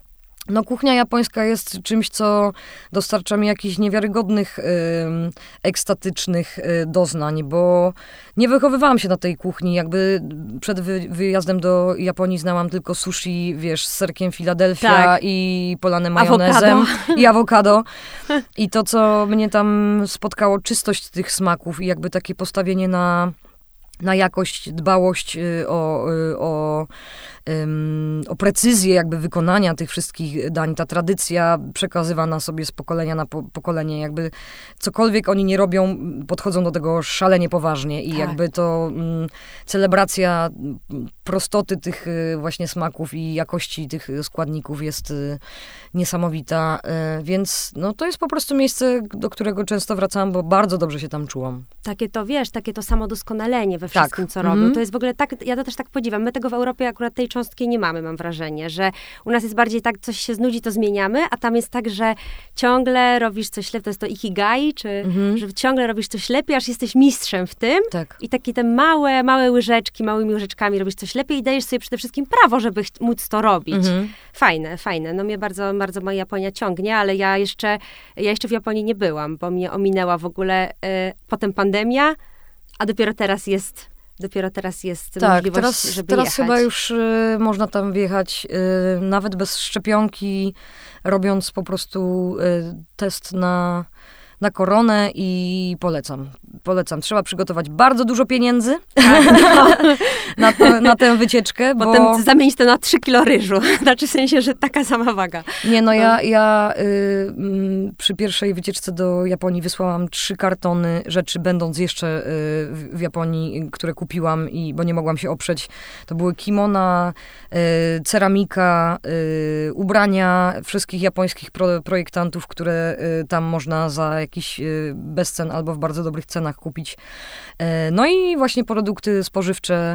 No kuchnia japońska jest czymś, co dostarcza mi jakichś niewiarygodnych, y, ekstatycznych y, doznań, bo nie wychowywałam się na tej kuchni. Jakby przed wy, wyjazdem do Japonii znałam tylko sushi, wiesz, z serkiem Philadelphia tak. i polane majonezem Awokado. i awokado. I to, co mnie tam spotkało, czystość tych smaków i jakby takie postawienie na... na jakość, dbałość y, o, y, o, ym, o precyzję jakby wykonania tych wszystkich dań. Ta tradycja przekazywana sobie z pokolenia na po, pokolenie, jakby cokolwiek oni nie robią, podchodzą do tego szalenie poważnie i tak. jakby to ym, celebracja prostoty tych y, właśnie smaków i jakości tych składników jest y, niesamowita, y, więc no to jest po prostu miejsce, do którego często wracałam, bo bardzo dobrze się tam czułam. Takie to, wiesz, takie to samodoskonalenie we wszystkim, Tak. co robią. Mhm. To jest w ogóle tak, ja to też tak podziwiam. My tego w Europie akurat tej cząstki nie mamy, mam wrażenie, że u nas jest bardziej tak, coś się znudzi, to zmieniamy, a tam jest tak, że ciągle robisz coś lepiej, to jest to ikigai, czy Mhm. że ciągle robisz coś lepiej, aż jesteś mistrzem w tym. Tak. I takie te małe, małe łyżeczki, małymi łyżeczkami robisz coś lepiej i dajesz sobie przede wszystkim prawo, żeby ch- móc to robić. Mhm. Fajne, fajne. No mnie bardzo, bardzo moja Japonia ciągnie, ale ja jeszcze, ja jeszcze w Japonii nie byłam, bo mnie ominęła w ogóle y, potem pandemia, a dopiero teraz jest, dopiero teraz jest Tak, możliwość, teraz, żeby teraz jechać. chyba już y, można tam wjechać y, nawet bez szczepionki, robiąc po prostu y, test na, na koronę i polecam. Polecam. Trzeba przygotować bardzo dużo pieniędzy na, to, na tę wycieczkę, bo... Potem zamienić to na trzy kilo ryżu. Znaczy w sensie, że taka sama waga. Nie, no ja, ja y, mm, przy pierwszej wycieczce do Japonii wysłałam trzy kartony rzeczy, będąc jeszcze y, w, w Japonii, które kupiłam, i bo nie mogłam się oprzeć. To były kimona, y, ceramika, y, ubrania wszystkich japońskich pro, projektantów, które y, tam można za jakiś y, bezcen albo w bardzo dobrych cenach kupić. Y, no i właśnie produkty spożywcze.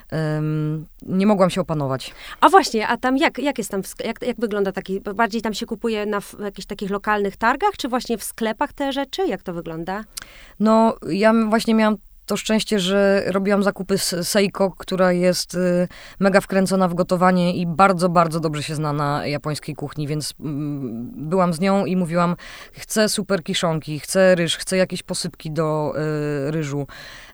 Um, nie mogłam się opanować. A właśnie, a tam jak, jak jest tam, w sk- jak, jak wygląda taki, bardziej tam się kupuje na f- jakichś takich lokalnych targach, czy właśnie w sklepach te rzeczy? Jak to wygląda? No, ja m- właśnie miałam to szczęście, że robiłam zakupy z Seiko, która jest y, mega wkręcona w gotowanie i bardzo, bardzo dobrze się zna na japońskiej kuchni, więc mm, byłam z nią i mówiłam, chcę super kiszonki, chcę ryż, chcę jakieś posypki do y, ryżu.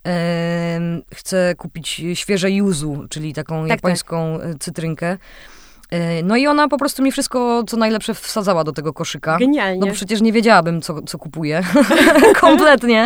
Em, chcę kupić świeże yuzu, czyli taką Tak, japońską tak. cytrynkę. E, No i ona po prostu mi wszystko, co najlepsze, wsadzała do tego koszyka. Genialnie. No bo przecież nie wiedziałabym, co, co kupuję. Kompletnie.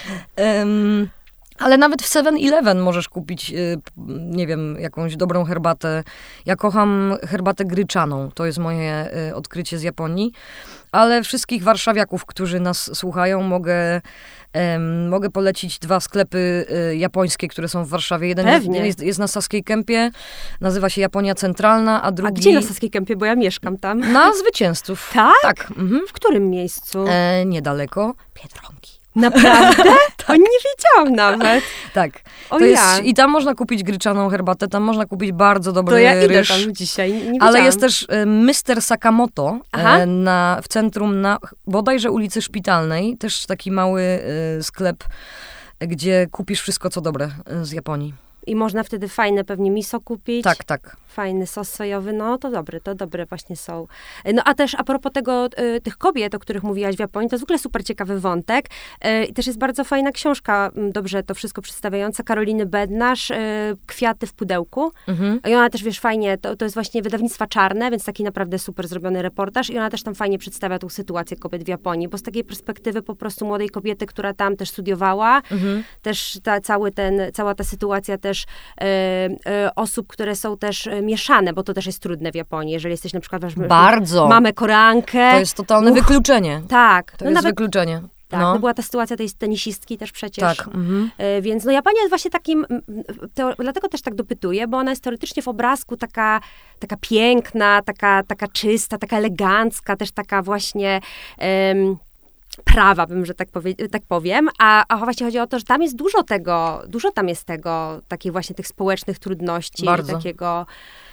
Um, ale nawet w seven eleven możesz kupić, y, nie wiem, jakąś dobrą herbatę. Ja kocham herbatę gryczaną. To jest moje y, odkrycie z Japonii. Ale wszystkich warszawiaków, którzy nas słuchają, mogę, um, mogę polecić dwa sklepy y, japońskie, które są w Warszawie. Jeden jest, jest, jest na Saskiej Kępie, nazywa się Japonia Centralna, a drugi... A gdzie na Saskiej Kępie, bo ja mieszkam tam. Na Zwycięzców. Tak? Tak. Mhm. W którym miejscu? E, niedaleko. Biedronki. Naprawdę? To nie wiedziałam nawet. Tak. O To ja. jest, I tam można kupić gryczaną herbatę, tam można kupić bardzo dobry To ja idę ryż. tam dzisiaj, nie wiedziałam. Ale jest też e, mister Sakamoto Aha. e, na, w centrum, na bodajże ulicy Szpitalnej. Też taki mały e, sklep, gdzie kupisz wszystko, co dobre e, z Japonii. I można wtedy fajne pewnie miso kupić. Tak, tak. Fajny sos sojowy, no to dobre, to dobre właśnie są. No a też a propos tego, y, tych kobiet, o których mówiłaś w Japonii, to jest w ogóle super ciekawy wątek. Y, I też jest bardzo fajna książka, m, dobrze to wszystko przedstawiająca, Karoliny Bednarz, y, Kwiaty w pudełku. Mhm. I ona też, wiesz, fajnie, to, to jest właśnie wydawnictwa Czarne, więc taki naprawdę super zrobiony reportaż i ona też tam fajnie przedstawia tą sytuację kobiet w Japonii, bo z takiej perspektywy po prostu młodej kobiety, która tam też studiowała, Mhm. też ta, cały ten, cała ta sytuacja też e, e, osób, które są też e, mieszane, bo to też jest trudne w Japonii, jeżeli jesteś na przykład... Masz, Bardzo. Mamy Koreankę. To jest totalne Uch, wykluczenie. Tak. To no jest nawet, wykluczenie. tak, no. no była ta sytuacja tej tenisistki też przecież. Tak. Mhm. E, Więc no Japonia jest właśnie takim, m, teo, dlatego też tak dopytuję, bo ona jest teoretycznie w obrazku taka, taka piękna, taka, taka czysta, taka elegancka, też taka właśnie... em, prawa, bym, że tak, powie, tak powiem, a, a właśnie chodzi o to, że tam jest dużo tego, dużo tam jest tego, takich właśnie tych społecznych trudności, Bardzo. takiego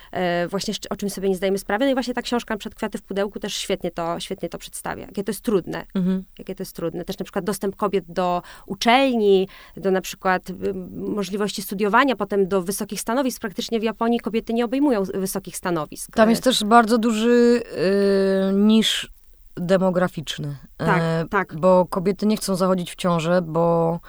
e, właśnie o czym sobie nie zdajemy sprawy. No i właśnie ta książka, na przykład Kwiaty w pudełku, też świetnie to, świetnie to przedstawia. Jakie to jest trudne. Mhm. Jakie to jest trudne. Też na przykład dostęp kobiet do uczelni, do na przykład y, możliwości studiowania, potem do wysokich stanowisk. Praktycznie w Japonii kobiety nie obejmują wysokich stanowisk. Tam jest też bardzo duży y, niż demograficzny. Tak, e, tak. Bo kobiety nie chcą zachodzić w ciążę, bo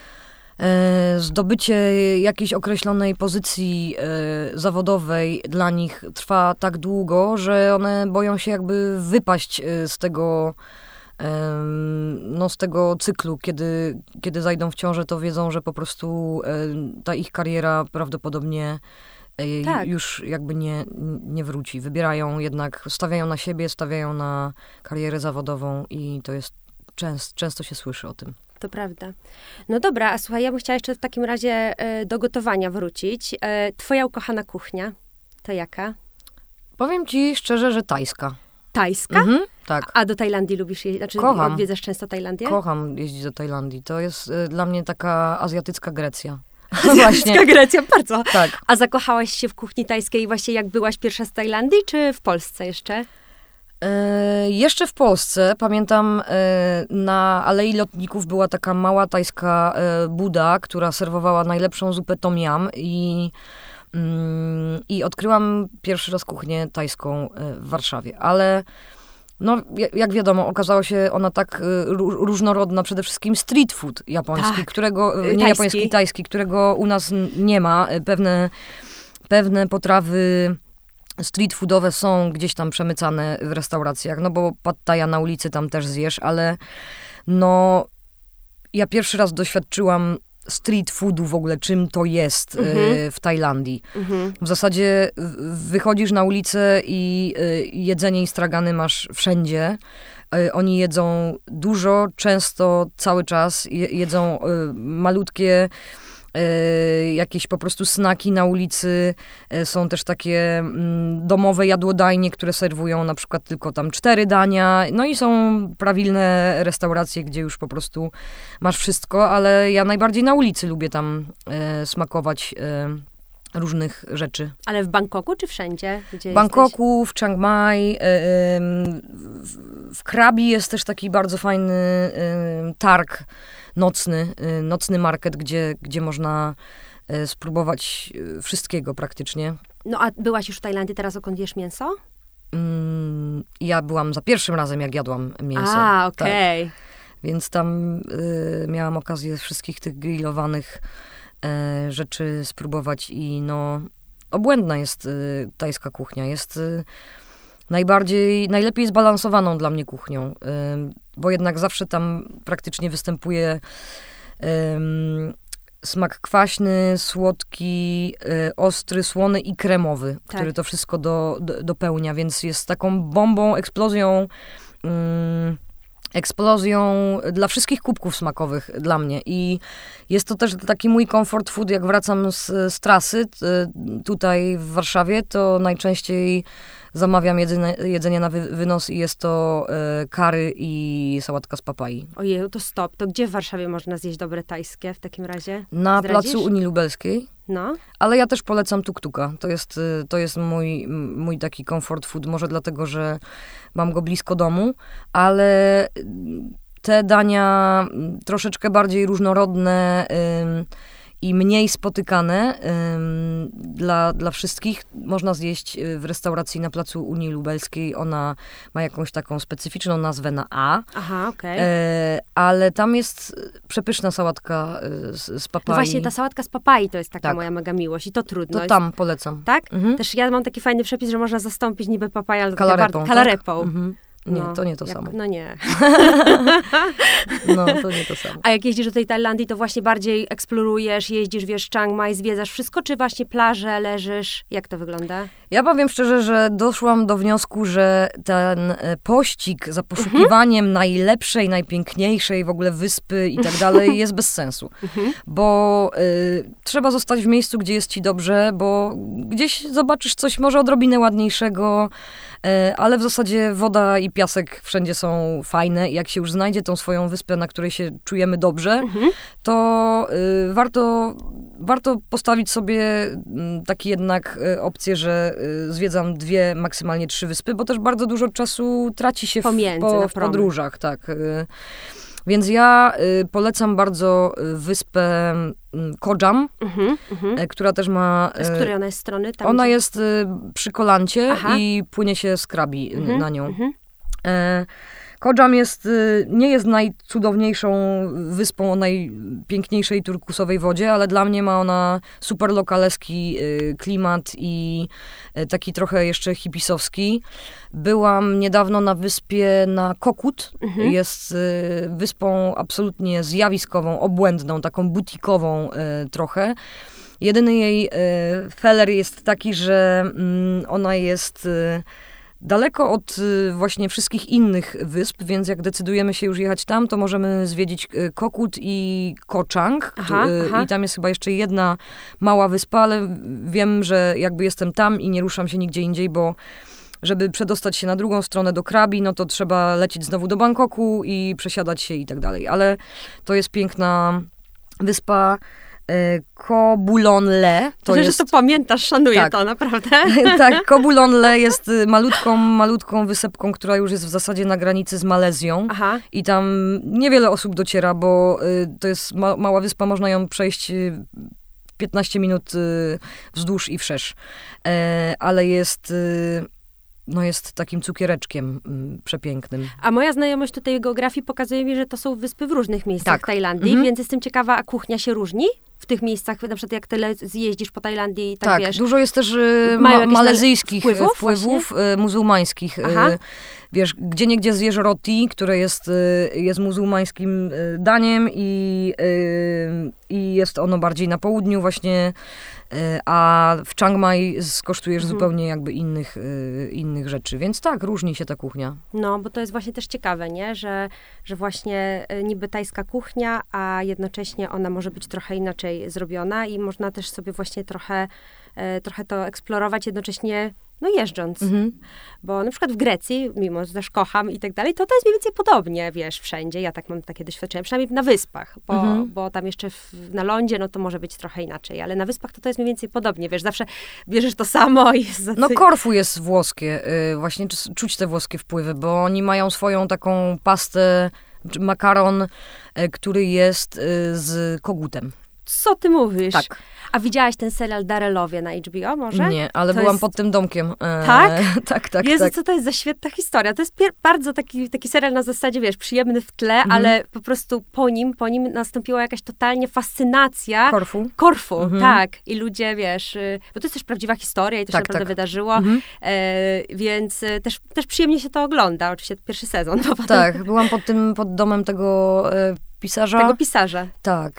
e, zdobycie jakiejś określonej pozycji e, zawodowej dla nich trwa tak długo, że one boją się jakby wypaść e, z tego e, no z tego cyklu. Kiedy, kiedy zajdą w ciążę, to wiedzą, że po prostu e, ta ich kariera prawdopodobnie tak. już jakby nie, nie wróci. Wybierają jednak, stawiają na siebie, stawiają na karierę zawodową i to jest, częst, często się słyszy o tym. To prawda. No dobra, a słuchaj, ja bym chciała jeszcze w takim razie e, do gotowania wrócić. E, twoja ukochana kuchnia, to jaka? Powiem ci szczerze, że tajska. Tajska? Mhm, tak. A do Tajlandii lubisz jeździć? Znaczy, Kocham. Odwiedzasz często Tajlandię? Kocham jeździć do Tajlandii. To jest y, dla mnie taka azjatycka Grecja. Azjatycka Grecja, bardzo. Tak. A zakochałaś się w kuchni tajskiej właśnie jak byłaś pierwsza z Tajlandii, czy w Polsce jeszcze? E, jeszcze w Polsce, pamiętam, e, na Alei Lotników była taka mała tajska e, buda, która serwowała najlepszą zupę tom yum i, mm, i odkryłam pierwszy raz kuchnię tajską e, w Warszawie, ale no, jak wiadomo, okazała się ona tak y, różnorodna, przede wszystkim street food japoński, tak. którego, nie tajski. japoński, tajski, którego u nas nie ma. Pewne, pewne potrawy street foodowe są gdzieś tam przemycane w restauracjach, no bo pad thaja na ulicy tam też zjesz, ale no ja pierwszy raz doświadczyłam street foodu w ogóle, czym to jest mhm. y, w Tajlandii. Mhm. W zasadzie wychodzisz na ulicę i y, jedzenie i stragany masz wszędzie. Y, oni jedzą dużo, często, cały czas. Je, jedzą y, malutkie y, jakieś po prostu snaki na ulicy. Y, są też takie mm, domowe jadłodajnie, które serwują na przykład tylko tam cztery dania. No i są prawilne restauracje, gdzie już po prostu masz wszystko, ale ja najbardziej na ulicy lubię tam y, smakować y, różnych rzeczy. Ale w Bangkoku czy wszędzie? Gdzie w Bangkoku, jesteś? W Chiang Mai, y, y, w, w Krabi jest też taki bardzo fajny y, targ nocny, y, nocny market, gdzie, gdzie można y, spróbować y, wszystkiego praktycznie. No a byłaś już w Tajlandii, teraz dokąd jesz mięso? Mm, ja byłam za pierwszym razem, jak jadłam mięso. A, okej. Okay. Tak. Więc tam y, miałam okazję wszystkich tych grillowanych y, rzeczy spróbować i no obłędna jest y, tajska kuchnia. Jest y, najbardziej, najlepiej zbalansowaną dla mnie kuchnią, y, bo jednak zawsze tam praktycznie występuje y, smak kwaśny, słodki, y, ostry, słony i kremowy, tak. który to wszystko do, do, dopełnia, więc jest taką bombą, eksplozją y, eksplozją dla wszystkich kubków smakowych dla mnie. I jest to też taki mój comfort food, jak wracam z, z trasy t, tutaj w Warszawie, to najczęściej zamawiam jedzenie, jedzenie na wy, wynos i jest to e, curry i sałatka z papai. Ojej, to stop. To gdzie w Warszawie można zjeść dobre tajskie w takim razie? Na Zdradzisz? placu Unii Lubelskiej. No. Ale ja też polecam tuk-tuka. To jest, to jest mój, mój taki comfort food. Może dlatego, że mam go blisko domu, ale te dania troszeczkę bardziej różnorodne ym, i mniej spotykane ym, dla, dla wszystkich można zjeść w restauracji na placu Unii Lubelskiej. Ona ma jakąś taką specyficzną nazwę na A. Aha, okej. Okay. E, ale tam jest przepyszna sałatka z, z papai. No właśnie ta sałatka z papai to jest taka tak. moja mega miłość i to trudno. To tam polecam. Tak? Mhm. Też ja mam taki fajny przepis, że można zastąpić niby papaja, ale kalarepą. Bardzo, kalarepą. Tak? Mhm. Nie, no, to nie to jak, samo. No nie. No, to nie to samo. A jak jeździsz do tej Tajlandii, to właśnie bardziej eksplorujesz, jeździsz, wiesz, Chiang Mai, zwiedzasz wszystko, czy właśnie plaże, leżysz? Jak to wygląda? Ja powiem szczerze, że doszłam do wniosku, że ten pościg za poszukiwaniem mhm. najlepszej, najpiękniejszej w ogóle wyspy i tak dalej jest bez sensu. Mhm. Bo y, trzeba zostać w miejscu, gdzie jest ci dobrze, bo gdzieś zobaczysz coś może odrobinę ładniejszego, y, ale w zasadzie woda i piasek wszędzie są fajne i jak się już znajdzie tą swoją wyspę, na której się czujemy dobrze, mhm. to y, warto warto postawić sobie taki jednak opcję, że zwiedzam dwie, maksymalnie trzy wyspy, bo też bardzo dużo czasu traci się w, Pomiędzy, po, w podróżach, tak. Więc ja y, polecam bardzo wyspę Koh Jam, mhm, mhm. która też ma... Z której ona jest strony? Tam ona gdzie... jest y, przy Kolancie. Aha. I płynie się z Krabi mhm, na nią. Mhm. E, Koh Jam jest, y, nie jest najcudowniejszą wyspą o najpiękniejszej turkusowej wodzie, ale dla mnie ma ona super lokaleski y, klimat i y, taki trochę jeszcze hipisowski. Byłam niedawno na wyspie na Kokut. Mhm. Jest y, wyspą absolutnie zjawiskową, obłędną, taką butikową y, trochę. Jedyny jej y, feller jest taki, że y, ona jest... Y, daleko od y, właśnie wszystkich innych wysp, więc jak decydujemy się już jechać tam, to możemy zwiedzić y, Kokut i Koh Chang. Aha, y, aha. I tam jest chyba jeszcze jedna mała wyspa, ale wiem, że jakby jestem tam i nie ruszam się nigdzie indziej, bo żeby przedostać się na drugą stronę do Krabi, no to trzeba lecieć znowu do Bangkoku i przesiadać się i tak dalej. Ale to jest piękna wyspa. Koh Bulon Le. To że, jest... że to pamiętasz, szanuję tak. to, naprawdę. Tak, Koh Bulon Le jest malutką, malutką wysepką, która już jest w zasadzie na granicy z Malezją. Aha. I tam niewiele osób dociera, bo to jest ma- mała wyspa, można ją przejść piętnaście minut wzdłuż i wszerz. Ale jest... no jest takim cukiereczkiem mm, przepięknym. A moja znajomość tutaj geografii pokazuje mi, że to są wyspy w różnych miejscach tak. w Tajlandii, mhm. więc jestem ciekawa, a kuchnia się różni w tych miejscach, na przykład jak tyle zjeździsz po Tajlandii i tak, tak wiesz. dużo jest też y, ma- malezyjskich wpływów, wpływów y, muzułmańskich. Y, wiesz, gdzieniegdzie zjesz roti, które jest, y, jest muzułmańskim y, daniem i, y, i jest ono bardziej na południu właśnie, y, a w Chiang Mai skosztujesz mhm. zupełnie jakby innych, y, innych rzeczy. Więc tak, różni się ta kuchnia. No, bo to jest właśnie też ciekawe, nie? Że, że właśnie niby tajska kuchnia, a jednocześnie ona może być trochę inaczej zrobiona i można też sobie właśnie trochę, e, trochę to eksplorować jednocześnie, no jeżdżąc. Mhm. Bo na przykład w Grecji, mimo że też kocham i tak dalej, to to jest mniej więcej podobnie, wiesz, wszędzie. Ja tak mam takie doświadczenie, przynajmniej na wyspach, bo, mhm. bo tam jeszcze w, na lądzie, no to może być trochę inaczej, ale na wyspach to to jest mniej więcej podobnie, wiesz, zawsze bierzesz to samo i... Jest no Korfu jest włoskie, yy, właśnie czuć te włoskie wpływy, bo oni mają swoją taką pastę, makaron, yy, który jest yy, z kogutem. Co ty mówisz? Tak. A widziałaś ten serial Darelowie na H B O może? Nie, ale to byłam jest... pod tym domkiem. E, tak? tak, tak, Jezu, tak. co to jest za świetna historia. To jest pier- bardzo taki, taki serial na zasadzie, wiesz, przyjemny w tle, mhm. ale po prostu po nim, po nim nastąpiła jakaś totalnie fascynacja. Korfu. Korfu, mhm. tak. I ludzie, wiesz, bo to jest też prawdziwa historia i to tak, się naprawdę tak. wydarzyło, mhm. e, więc też, też przyjemnie się to ogląda. Oczywiście pierwszy sezon. Bo tak, potem... byłam pod tym, pod domem tego e, pisarza. Tego pisarza. Tak.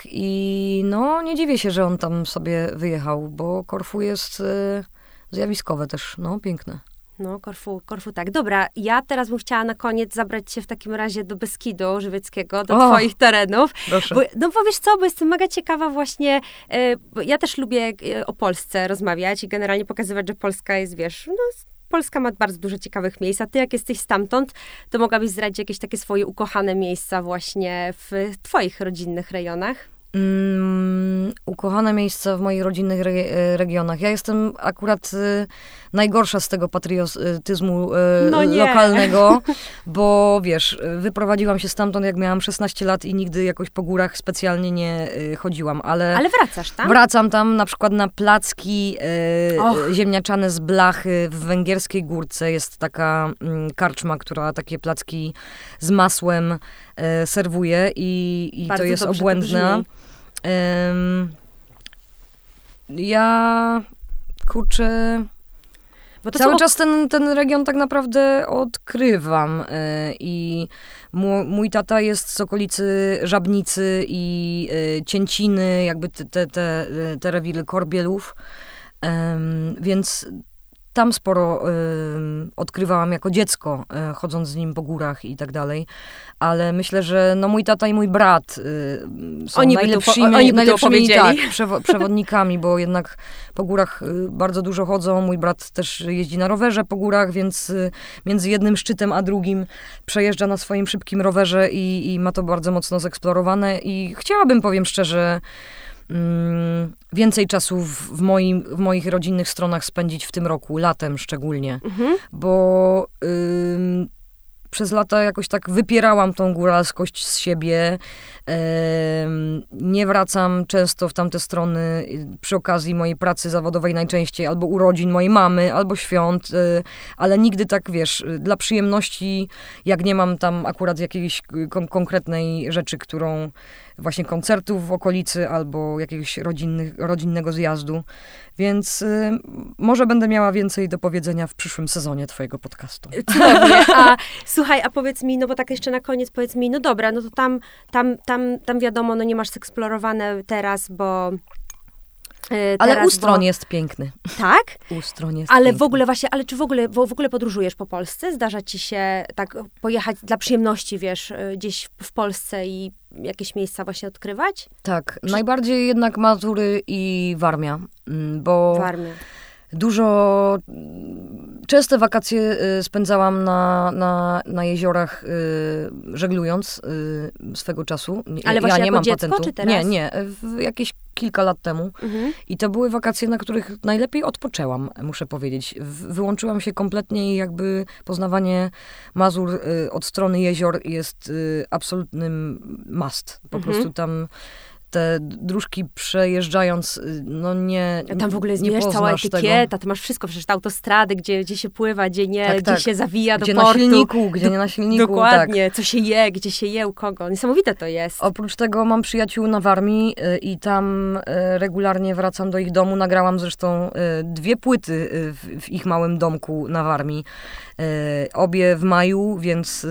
I no, nie dziwię się, że on tam sobie wyjechał, bo Korfu jest y, zjawiskowe też, no, piękne. No, Korfu, Korfu tak. Dobra, ja teraz bym chciała na koniec zabrać się w takim razie do Beskidu Żywieckiego, do o, twoich terenów. Proszę. Bo, no bo wiesz co, bo jestem mega ciekawa właśnie, y, bo ja też lubię y, o Polsce rozmawiać i generalnie pokazywać, że Polska jest, wiesz, no, Polska ma bardzo dużo ciekawych miejsc, a ty jak jesteś stamtąd, to mogłabyś zdradzić jakieś takie swoje ukochane miejsca właśnie w twoich rodzinnych rejonach? Mm, ukochane miejsca w moich rodzinnych re- regionach. Ja jestem akurat y, najgorsza z tego patriotyzmu y, no lokalnego, bo wiesz, wyprowadziłam się stamtąd, jak miałam szesnaście lat i nigdy jakoś po górach specjalnie nie y, chodziłam, ale... Ale wracasz tam? Wracam tam na przykład na placki y, ziemniaczane z blachy w Węgierskiej Górce. Jest taka y, karczma, która takie placki z masłem y, serwuje i, i to jest obłędne. Um, ja, kurczę, bo to cały są... czas ten, ten region tak naprawdę odkrywam yy, i mu, mój tata jest z okolicy Żabnicy i yy, Cięciny, jakby te, te, te, te rewiry Korbielów, yy, więc tam sporo y, odkrywałam jako dziecko, y, chodząc z nim po górach i tak dalej. Ale myślę, że no mój tata i mój brat y, są oni najlepszymi, by to, oni by najlepszymi tak, przewo- przewodnikami, bo jednak po górach y, bardzo dużo chodzą. Mój brat też jeździ na rowerze po górach, więc y, między jednym szczytem a drugim przejeżdża na swoim szybkim rowerze i, i ma to bardzo mocno zeksplorowane. I chciałabym, powiem szczerze, mm, więcej czasu w, w, moim, w moich rodzinnych stronach spędzić w tym roku, latem szczególnie, mhm. bo ym, przez lata jakoś tak wypierałam tą góralskość z siebie. Ym, nie wracam często w tamte strony przy okazji mojej pracy zawodowej najczęściej, albo urodzin mojej mamy, albo świąt, y, ale nigdy tak, wiesz, dla przyjemności, jak nie mam tam akurat jakiejś kon- konkretnej rzeczy, którą właśnie koncertów w okolicy, albo jakiegoś rodzinnych, rodzinnego zjazdu. Więc y, może będę miała więcej do powiedzenia w przyszłym sezonie twojego podcastu. Cudownie. A słuchaj, a powiedz mi, no bo tak jeszcze na koniec powiedz mi, no dobra, no to tam, tam, tam, tam wiadomo, no nie masz zeksplorowane teraz, bo... Yy, ale teraz, Ustron bo... jest piękny. Tak? Ustron jest Ale piękny. w ogóle właśnie, ale czy w ogóle, w, w ogóle podróżujesz po Polsce? Zdarza ci się tak pojechać dla przyjemności, wiesz, gdzieś w Polsce i jakieś miejsca właśnie odkrywać? Tak, czy... najbardziej jednak Mazury i Warmia, bo... Warmia. Dużo, częste wakacje spędzałam na, na, na jeziorach żeglując swego czasu. Ale ja właśnie nie jako mam dziecko, patentu. czy teraz? Nie, nie, w jakieś kilka lat temu. Mhm. I to były wakacje, na których najlepiej odpoczęłam, muszę powiedzieć. Wyłączyłam się kompletnie i jakby poznawanie Mazur od strony jezior jest absolutnym must. Po mhm. prostu tam... te dróżki przejeżdżająjąc, no nie Tam w ogóle jest, nie wiesz, cała etykieta, tego. to masz wszystko, przecież te autostrady, gdzie, gdzie się pływa, gdzie nie, tak, gdzie tak. się zawija gdzie do portu. Gdzie na silniku, gdzie nie na silniku. Dokładnie, tak. co się je, gdzie się je, u kogo. Niesamowite to jest. Oprócz tego mam przyjaciół na Warmii i tam regularnie wracam do ich domu. Nagrałam zresztą dwie płyty w, w ich małym domku na Warmii. Obie w maju, więc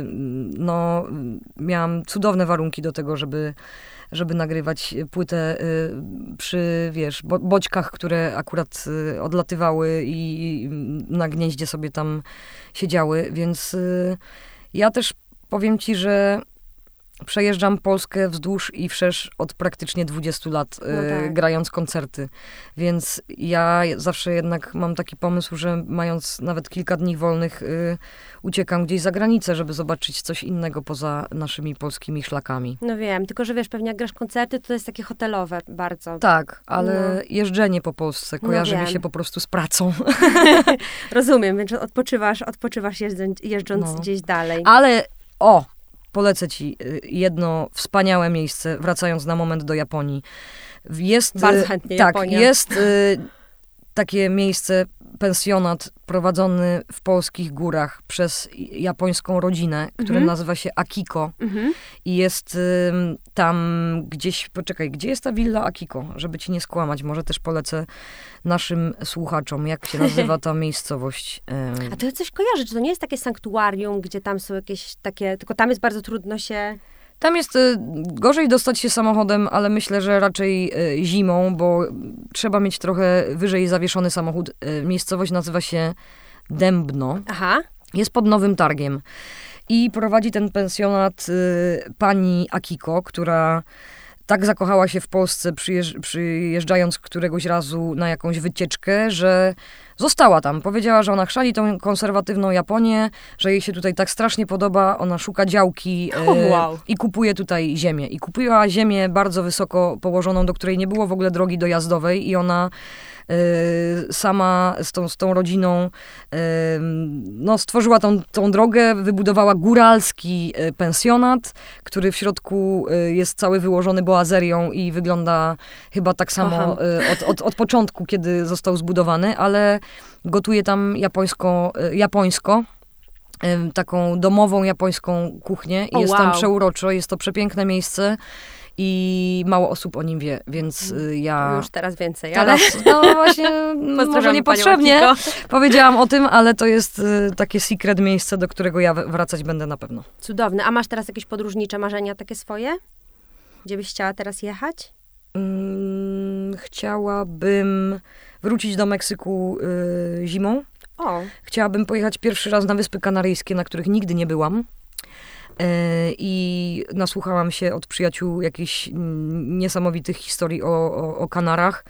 no, miałam cudowne warunki do tego, żeby żeby nagrywać płytę y, przy, wiesz, bo, boćkach, które akurat y, odlatywały i, i na gnieździe sobie tam siedziały, więc y, ja też powiem ci, że przejeżdżam Polskę wzdłuż i wszerz od praktycznie dwudziestu lat, y, no tak. grając koncerty, więc ja zawsze jednak mam taki pomysł, że mając nawet kilka dni wolnych, y, uciekam gdzieś za granicę, żeby zobaczyć coś innego poza naszymi polskimi szlakami. No wiem, tylko że wiesz, pewnie jak grasz koncerty, to jest takie hotelowe bardzo. Tak, ale no. jeżdżenie po Polsce kojarzy no mi się po prostu z pracą. Rozumiem, więc odpoczywasz, odpoczywasz jeżdżąc, jeżdżąc no. gdzieś dalej. Ale, o, polecę ci jedno wspaniałe miejsce, wracając na moment do Japonii. Jest, Bardzo chętnie tak, Japonia. jest y, takie miejsce, pensjonat prowadzony w polskich górach przez japońską rodzinę, które mhm. nazywa się Akiko. Mhm. I jest y, tam gdzieś, poczekaj, gdzie jest ta willa Akiko? Żeby ci nie skłamać, może też polecę naszym słuchaczom, jak się nazywa ta miejscowość. A to coś kojarzy, czy to nie jest takie sanktuarium, gdzie tam są jakieś takie, tylko tam jest bardzo trudno się... Tam jest y, gorzej dostać się samochodem, ale myślę, że raczej y, zimą, bo trzeba mieć trochę wyżej zawieszony samochód. Y, miejscowość nazywa się Dębno. Aha. Jest pod Nowym Targiem. I prowadzi ten pensjonat y, pani Akiko, która tak zakochała się w Polsce, przyjeżdż- przyjeżdżając któregoś razu na jakąś wycieczkę, że została tam. Powiedziała, że ona chrzani tą konserwatywną Japonię, że jej się tutaj tak strasznie podoba. Ona szuka działki oh, wow. i kupuje tutaj ziemię. I kupiła ziemię bardzo wysoko położoną, do której nie było w ogóle drogi dojazdowej i ona y, sama z tą, z tą rodziną y, no, stworzyła tą, tą drogę, wybudowała góralski y, pensjonat, który w środku y, jest cały wyłożony boazerią i wygląda chyba tak samo y, od, od, od początku, kiedy został zbudowany, ale gotuje tam japońsko, y, japońsko y, taką domową japońską kuchnię i oh, jest wow. tam przeuroczo, jest to przepiękne miejsce. I mało osób o nim wie, więc ja... Już teraz więcej, teraz, ale... No właśnie, może niepotrzebnie powiedziałam o tym, ale to jest y, takie secret miejsce, do którego ja wracać będę na pewno. Cudowne. A masz teraz jakieś podróżnicze marzenia takie swoje? Gdzie byś chciała teraz jechać? Hmm, chciałabym wrócić do Meksyku y, zimą. O. Chciałabym pojechać pierwszy raz na Wyspy Kanaryjskie, na których nigdy nie byłam. I nasłuchałam się od przyjaciół jakichś niesamowitych historii o, o, o Kanarach.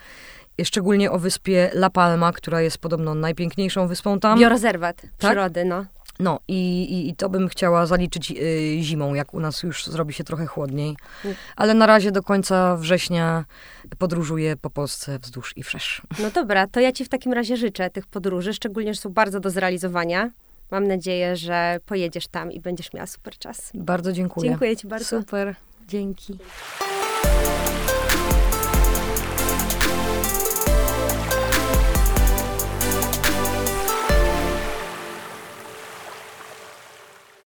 Szczególnie o wyspie La Palma, która jest podobno najpiękniejszą wyspą tam. Biorezerwat tak? przyrody, no. No i, i, i to bym chciała zaliczyć y, zimą, jak u nas już zrobi się trochę chłodniej. Ale na razie do końca września podróżuję po Polsce wzdłuż i wszerz. No dobra, to ja ci w takim razie życzę tych podróży, szczególnie, że są bardzo do zrealizowania. Mam nadzieję, że pojedziesz tam i będziesz miała super czas. Bardzo dziękuję. Dziękuję ci bardzo. Super, dzięki.